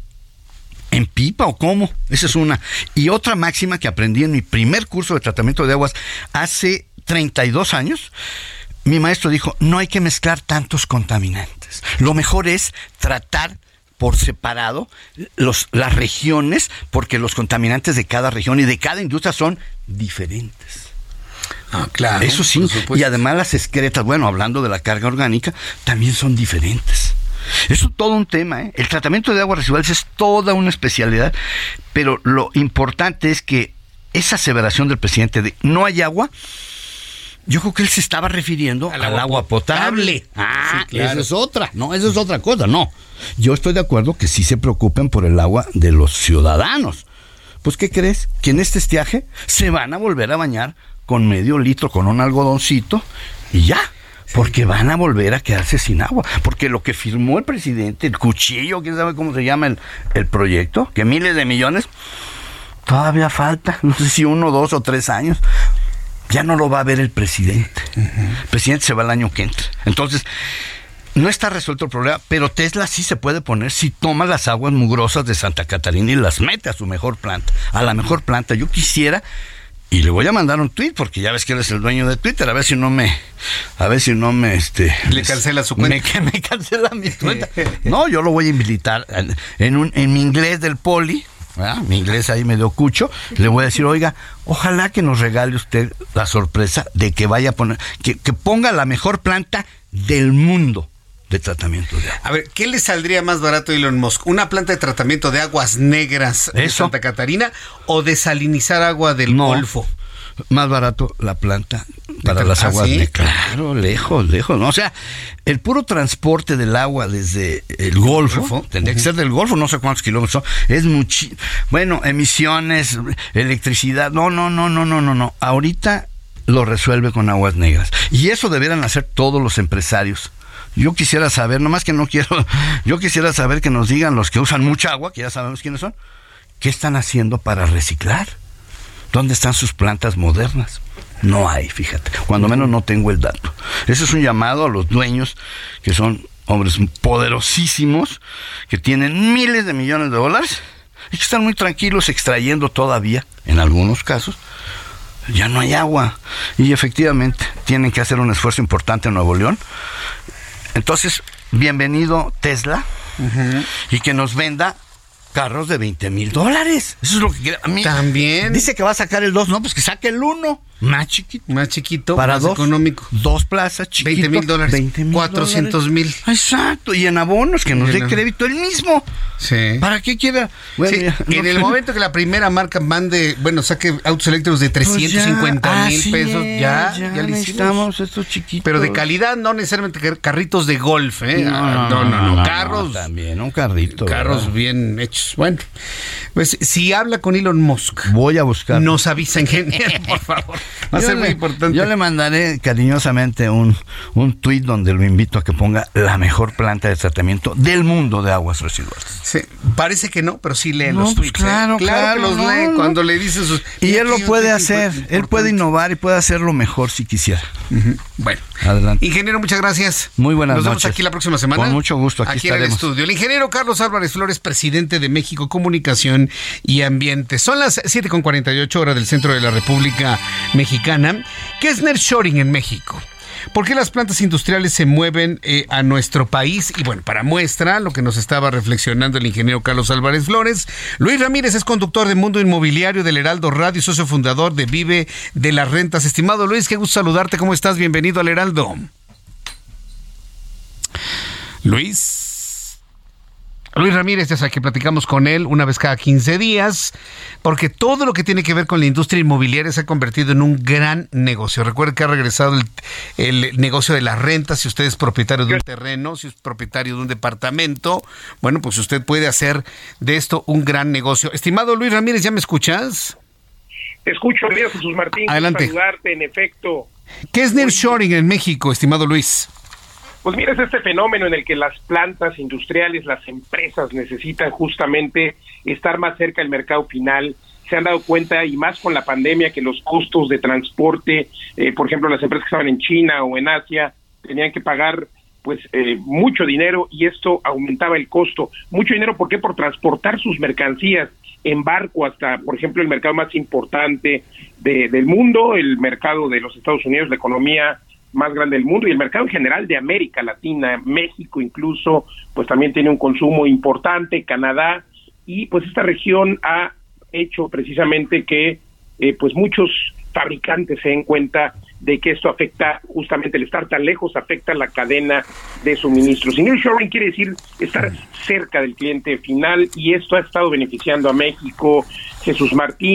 ¿En pipa o cómo? Esa es una. Y otra máxima que aprendí en mi primer curso de tratamiento de aguas hace 32 años, mi maestro dijo, no hay que mezclar tantos contaminantes. Lo mejor es tratar por separado las regiones, porque los contaminantes de cada región y de cada industria son diferentes. Claro. Eso sí, y además las excretas, bueno, hablando de la carga orgánica, también son diferentes. Eso es todo un tema, ¿eh? El tratamiento de aguas residuales es toda una especialidad, pero lo importante es que esa aseveración del presidente de no hay agua, yo creo que él se estaba refiriendo al agua potable. Ah, sí, claro. Esa es otra, no, esa es otra cosa, no. Yo estoy de acuerdo que sí se preocupen por el agua de los ciudadanos. Pues, ¿qué crees? Que en este estiaje se van a volver a bañar con medio litro, con un algodoncito, y ya. Porque van a volver a quedarse sin agua. Porque lo que firmó el presidente, el cuchillo, quién sabe cómo se llama el proyecto, que miles de millones, todavía falta, no sé si 1, 2 o 3 años. Ya no lo va a ver el presidente. El presidente se va el año que entra. Entonces, no está resuelto el problema, pero Tesla sí se puede poner si toma las aguas mugrosas de Santa Catarina y las mete a su mejor planta, a la mejor planta. Yo quisiera, y le voy a mandar un tweet, porque ya ves que él es el dueño de Twitter, a ver si no me le cancela su cuenta. Me cancela mi cuenta. No, yo lo voy a invitar en mi inglés del poli. Mi inglés ahí medio cucho, le voy a decir, oiga, ojalá que nos regale usted la sorpresa de que vaya a poner, que ponga la mejor planta del mundo de tratamiento de agua. A ver, ¿qué le saldría más barato a Elon Musk? ¿Una planta de tratamiento de aguas negras de Santa Catarina o desalinizar agua del Golfo? Más barato la planta para las aguas negras. Claro, lejos, ¿no? O sea, el puro transporte del agua desde el Golfo, tendría que ser del Golfo, no sé cuántos kilómetros son, es bueno, emisiones, electricidad, no. Ahorita lo resuelve con aguas negras. Y eso deberían hacer todos los empresarios. Yo quisiera saber, yo quisiera saber que nos digan los que usan mucha agua, que ya sabemos quiénes son, ¿qué están haciendo para reciclar? ¿Dónde están sus plantas modernas? No hay, fíjate. Cuando menos no tengo el dato. Ese es un llamado a los dueños, que son hombres poderosísimos, que tienen miles de millones de dólares y que están muy tranquilos extrayendo todavía, en algunos casos. Ya no hay agua. Y efectivamente tienen que hacer un esfuerzo importante en Nuevo León. Entonces, bienvenido Tesla, y que nos venda carros de $20,000. Eso es lo que quiere. A mí también dice que va a sacar el 2, no, pues que saque el 1. Más chiquito, para más dos, económico. 2 plazas, chiquito. $20,000. $400,000. Exacto, y en abonos que nos dé crédito él mismo. Sí. ¿Para qué quiera? Bueno, sí, en el momento que la primera marca saque autos eléctricos de 350,000 pesos, ya necesitamos estos chiquitos. Pero de calidad, no necesariamente carritos de golf, ¿eh? No. Carros. También, un carrito. Carros, ¿verdad? Bien hechos. Bueno, pues si habla con Elon Musk, voy a buscar. Nos avisa, ingeniero, por favor. Va a ser muy importante. Yo le mandaré cariñosamente un tuit donde lo invito a que ponga la mejor planta de tratamiento del mundo de aguas residuales. Sí, parece que no, pero sí lee los tweets. Claro, que los lee cuando le dicen sus... Y él lo puede hacer, él puede innovar y puede hacerlo mejor si quisiera. Bueno, adelante. Ingeniero, muchas gracias. Muy buenas noches. Nos vemos aquí la próxima semana. Con mucho gusto, aquí estaremos. En el estudio. El ingeniero Carlos Álvarez Flores, presidente de México Comunicación y Ambiente. Son las 7:48 horas del centro de la República Mexicana. ¿Qué es nearshoring en México? ¿Por qué las plantas industriales se mueven a nuestro país? Y bueno, para muestra lo que nos estaba reflexionando el ingeniero Carlos Álvarez Flores, Luis Ramírez es conductor de Mundo Inmobiliario del Heraldo Radio, socio fundador de Vive de las Rentas. Estimado Luis, qué gusto saludarte. ¿Cómo estás? Bienvenido al Heraldo. Luis Ramírez, ya sabes que platicamos con él una vez cada 15 días, porque todo lo que tiene que ver con la industria inmobiliaria se ha convertido en un gran negocio. Recuerde que ha regresado el negocio de las rentas. Si usted es propietario de un terreno, si es propietario de un departamento, bueno, pues usted puede hacer de esto un gran negocio. Estimado Luis Ramírez, ¿ya me escuchas? Te escucho, amigo Jesús Martín. Adelante. Saludarte, en efecto. ¿Qué es nearshoring en México, estimado Luis? Pues mira, es este fenómeno en el que las plantas industriales, las empresas necesitan justamente estar más cerca del mercado final. Se han dado cuenta, y más con la pandemia, que los costos de transporte, por ejemplo, las empresas que estaban en China o en Asia, tenían que pagar mucho dinero, y esto aumentaba el costo. Mucho dinero, ¿por qué? Por transportar sus mercancías en barco hasta, por ejemplo, el mercado más importante del mundo, el mercado de los Estados Unidos, la economía más grande del mundo, y el mercado en general de América Latina, México incluso, pues también tiene un consumo importante, Canadá, y pues esta región ha hecho precisamente que pues muchos fabricantes se den cuenta de que esto afecta, justamente el estar tan lejos afecta la cadena de suministros. Y nearshoring quiere decir estar cerca del cliente final, y esto ha estado beneficiando a México. Jesús Martín,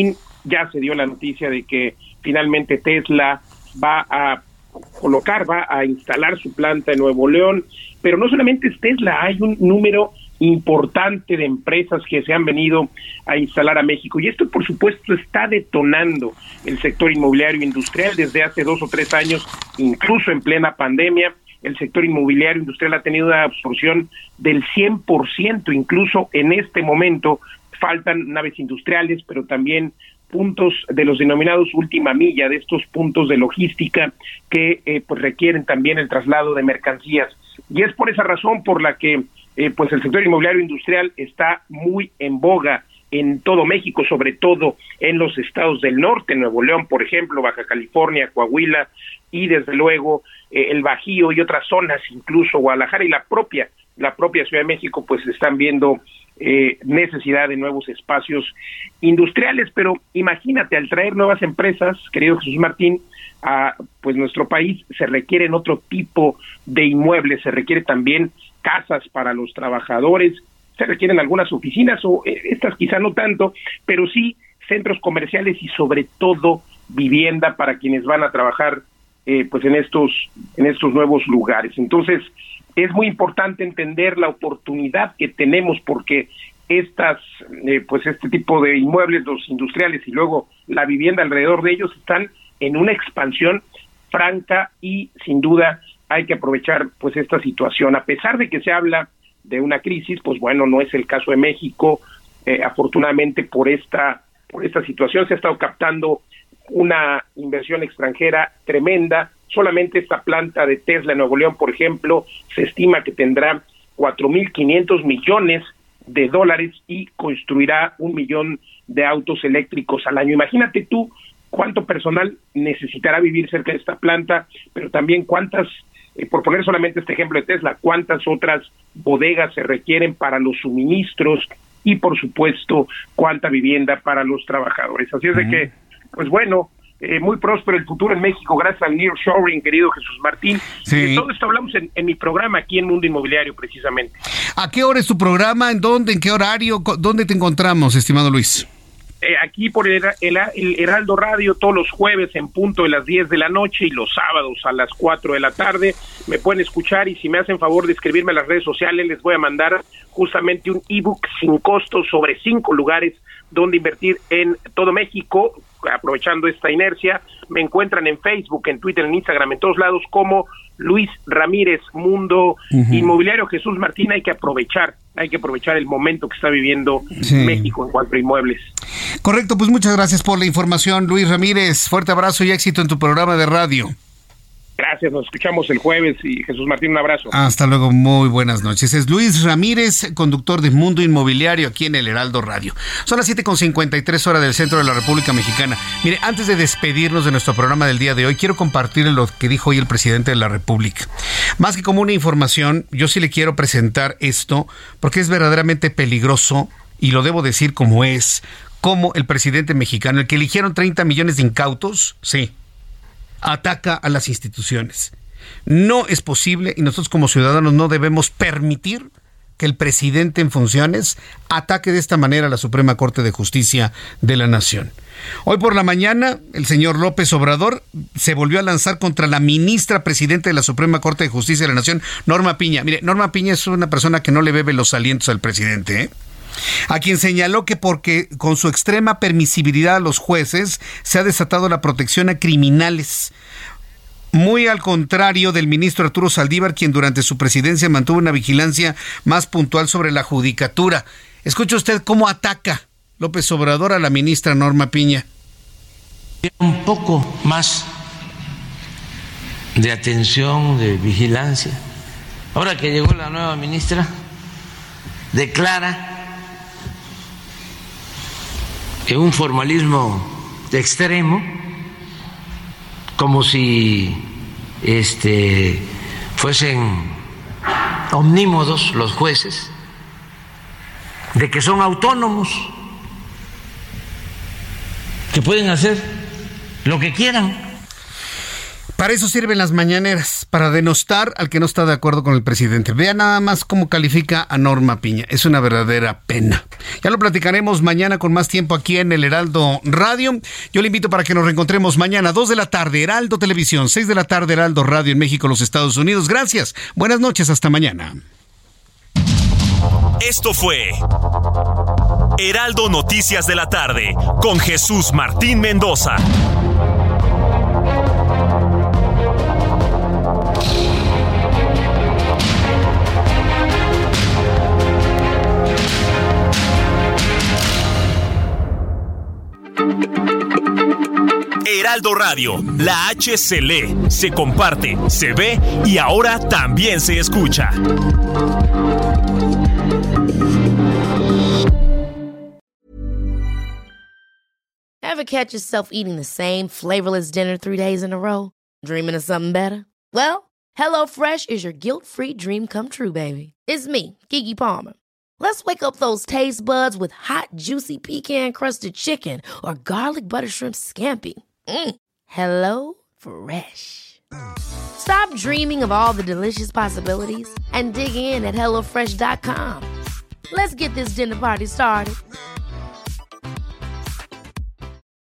ya se dio la noticia de que finalmente Tesla va a instalar su planta en Nuevo León, pero no solamente es Tesla, hay un número importante de empresas que se han venido a instalar a México, y esto por supuesto está detonando el sector inmobiliario industrial desde hace 2 o 3 años, incluso en plena pandemia. El sector inmobiliario industrial ha tenido una absorción del 100%, incluso en este momento faltan naves industriales, pero también puntos de los denominados última milla, de estos puntos de logística que pues requieren también el traslado de mercancías. Y es por esa razón por la que pues el sector inmobiliario industrial está muy en boga en todo México, sobre todo en los estados del norte, Nuevo León, por ejemplo, Baja California, Coahuila, y desde luego el Bajío y otras zonas, incluso Guadalajara y la propia Ciudad de México, pues están viendo necesidad de nuevos espacios industriales. Pero imagínate, al traer nuevas empresas, querido Jesús Martín, a pues nuestro país se requieren otro tipo de inmuebles, se requiere también casas para los trabajadores, se requieren algunas oficinas, o estas quizá no tanto, pero sí centros comerciales y sobre todo vivienda para quienes van a trabajar pues en estos nuevos lugares. Entonces es muy importante entender la oportunidad que tenemos, porque pues este tipo de inmuebles, los industriales y luego la vivienda alrededor de ellos, están en una expansión franca y sin duda hay que aprovechar pues esta situación. A pesar de que se habla de una crisis, pues bueno, no es el caso de México. Afortunadamente por esta situación se ha estado captando una inversión extranjera tremenda. Solamente esta planta de Tesla en Nuevo León, por ejemplo, se estima que tendrá $4,500 millones y construirá 1 millón de autos eléctricos al año. Imagínate tú cuánto personal necesitará vivir cerca de esta planta, pero también cuántas, por poner solamente este ejemplo de Tesla, cuántas otras bodegas se requieren para los suministros y, por supuesto, cuánta vivienda para los trabajadores. Así es de que, pues bueno, muy próspero el futuro en México gracias al nearshoring, querido Jesús Martín. Sí. De todo esto hablamos en mi programa aquí en Mundo Inmobiliario, precisamente. ¿A qué hora es tu programa? ¿En dónde? ¿En qué horario? ¿Dónde te encontramos, estimado Luis? Aquí por el Heraldo Radio, todos los jueves en punto de las 10 de la noche y los sábados a las 4 de la tarde. Me pueden escuchar, y si me hacen favor de escribirme a las redes sociales, les voy a mandar justamente un ebook sin costo sobre 5 lugares donde invertir en todo México, aprovechando esta inercia. Me encuentran en Facebook, en Twitter, en Instagram, en todos lados como Luis Ramírez, Mundo Inmobiliario. Jesús Martín, hay que aprovechar el momento que está viviendo México en cuanto a inmuebles. Correcto, pues muchas gracias por la información, Luis Ramírez. Fuerte abrazo y éxito en tu programa de radio. Gracias, nos escuchamos el jueves, y Jesús Martín, un abrazo. Hasta luego, muy buenas noches. Es Luis Ramírez, conductor de Mundo Inmobiliario aquí en el Heraldo Radio. Son las 7:53 horas del centro de la República Mexicana. Mire, antes de despedirnos de nuestro programa del día de hoy, quiero compartir lo que dijo hoy el presidente de la República. Más que como una información, yo sí le quiero presentar esto porque es verdaderamente peligroso, y lo debo decir como es, como el presidente mexicano, el que eligieron 30 millones de incautos, sí, ataca a las instituciones. No es posible, y nosotros como ciudadanos no debemos permitir que el presidente en funciones ataque de esta manera a la Suprema Corte de Justicia de la Nación. Hoy por la mañana, el señor López Obrador se volvió a lanzar contra la ministra presidenta de la Suprema Corte de Justicia de la Nación, Norma Piña. Mire, Norma Piña es una persona que no le bebe los alientos al presidente, a quien señaló que porque con su extrema permisibilidad a los jueces se ha desatado la protección a criminales. Muy al contrario del ministro Arturo Saldívar, quien durante su presidencia mantuvo una vigilancia más puntual sobre la judicatura. Escuche usted cómo ataca López Obrador a la ministra Norma Piña. Un poco más de atención, de vigilancia. Ahora que llegó la nueva ministra, declara que un formalismo extremo, como si fuesen omnímodos los jueces, de que son autónomos, que pueden hacer lo que quieran. Para eso sirven las mañaneras, para denostar al que no está de acuerdo con el presidente. Vea nada más cómo califica a Norma Piña. Es una verdadera pena. Ya lo platicaremos mañana con más tiempo aquí en el Heraldo Radio. Yo le invito para que nos reencontremos mañana, 2 de la tarde, Heraldo Televisión, 6 de la tarde, Heraldo Radio en México, los Estados Unidos. Gracias. Buenas noches, hasta mañana. Esto fue Heraldo Noticias de la tarde con Jesús Martín Mendoza. Heraldo Radio, la H se lee, se comparte, se ve y ahora también se escucha. Ever catch yourself eating the same flavorless dinner 3 days in a row? Dreaming of something better? Well, HelloFresh is your guilt-free dream come true, baby. It's me, Keke Palmer. Let's wake up those taste buds with hot, juicy pecan-crusted chicken or garlic butter shrimp scampi. Hello Fresh. Stop dreaming of all the delicious possibilities and dig in at HelloFresh.com. Let's get this dinner party started.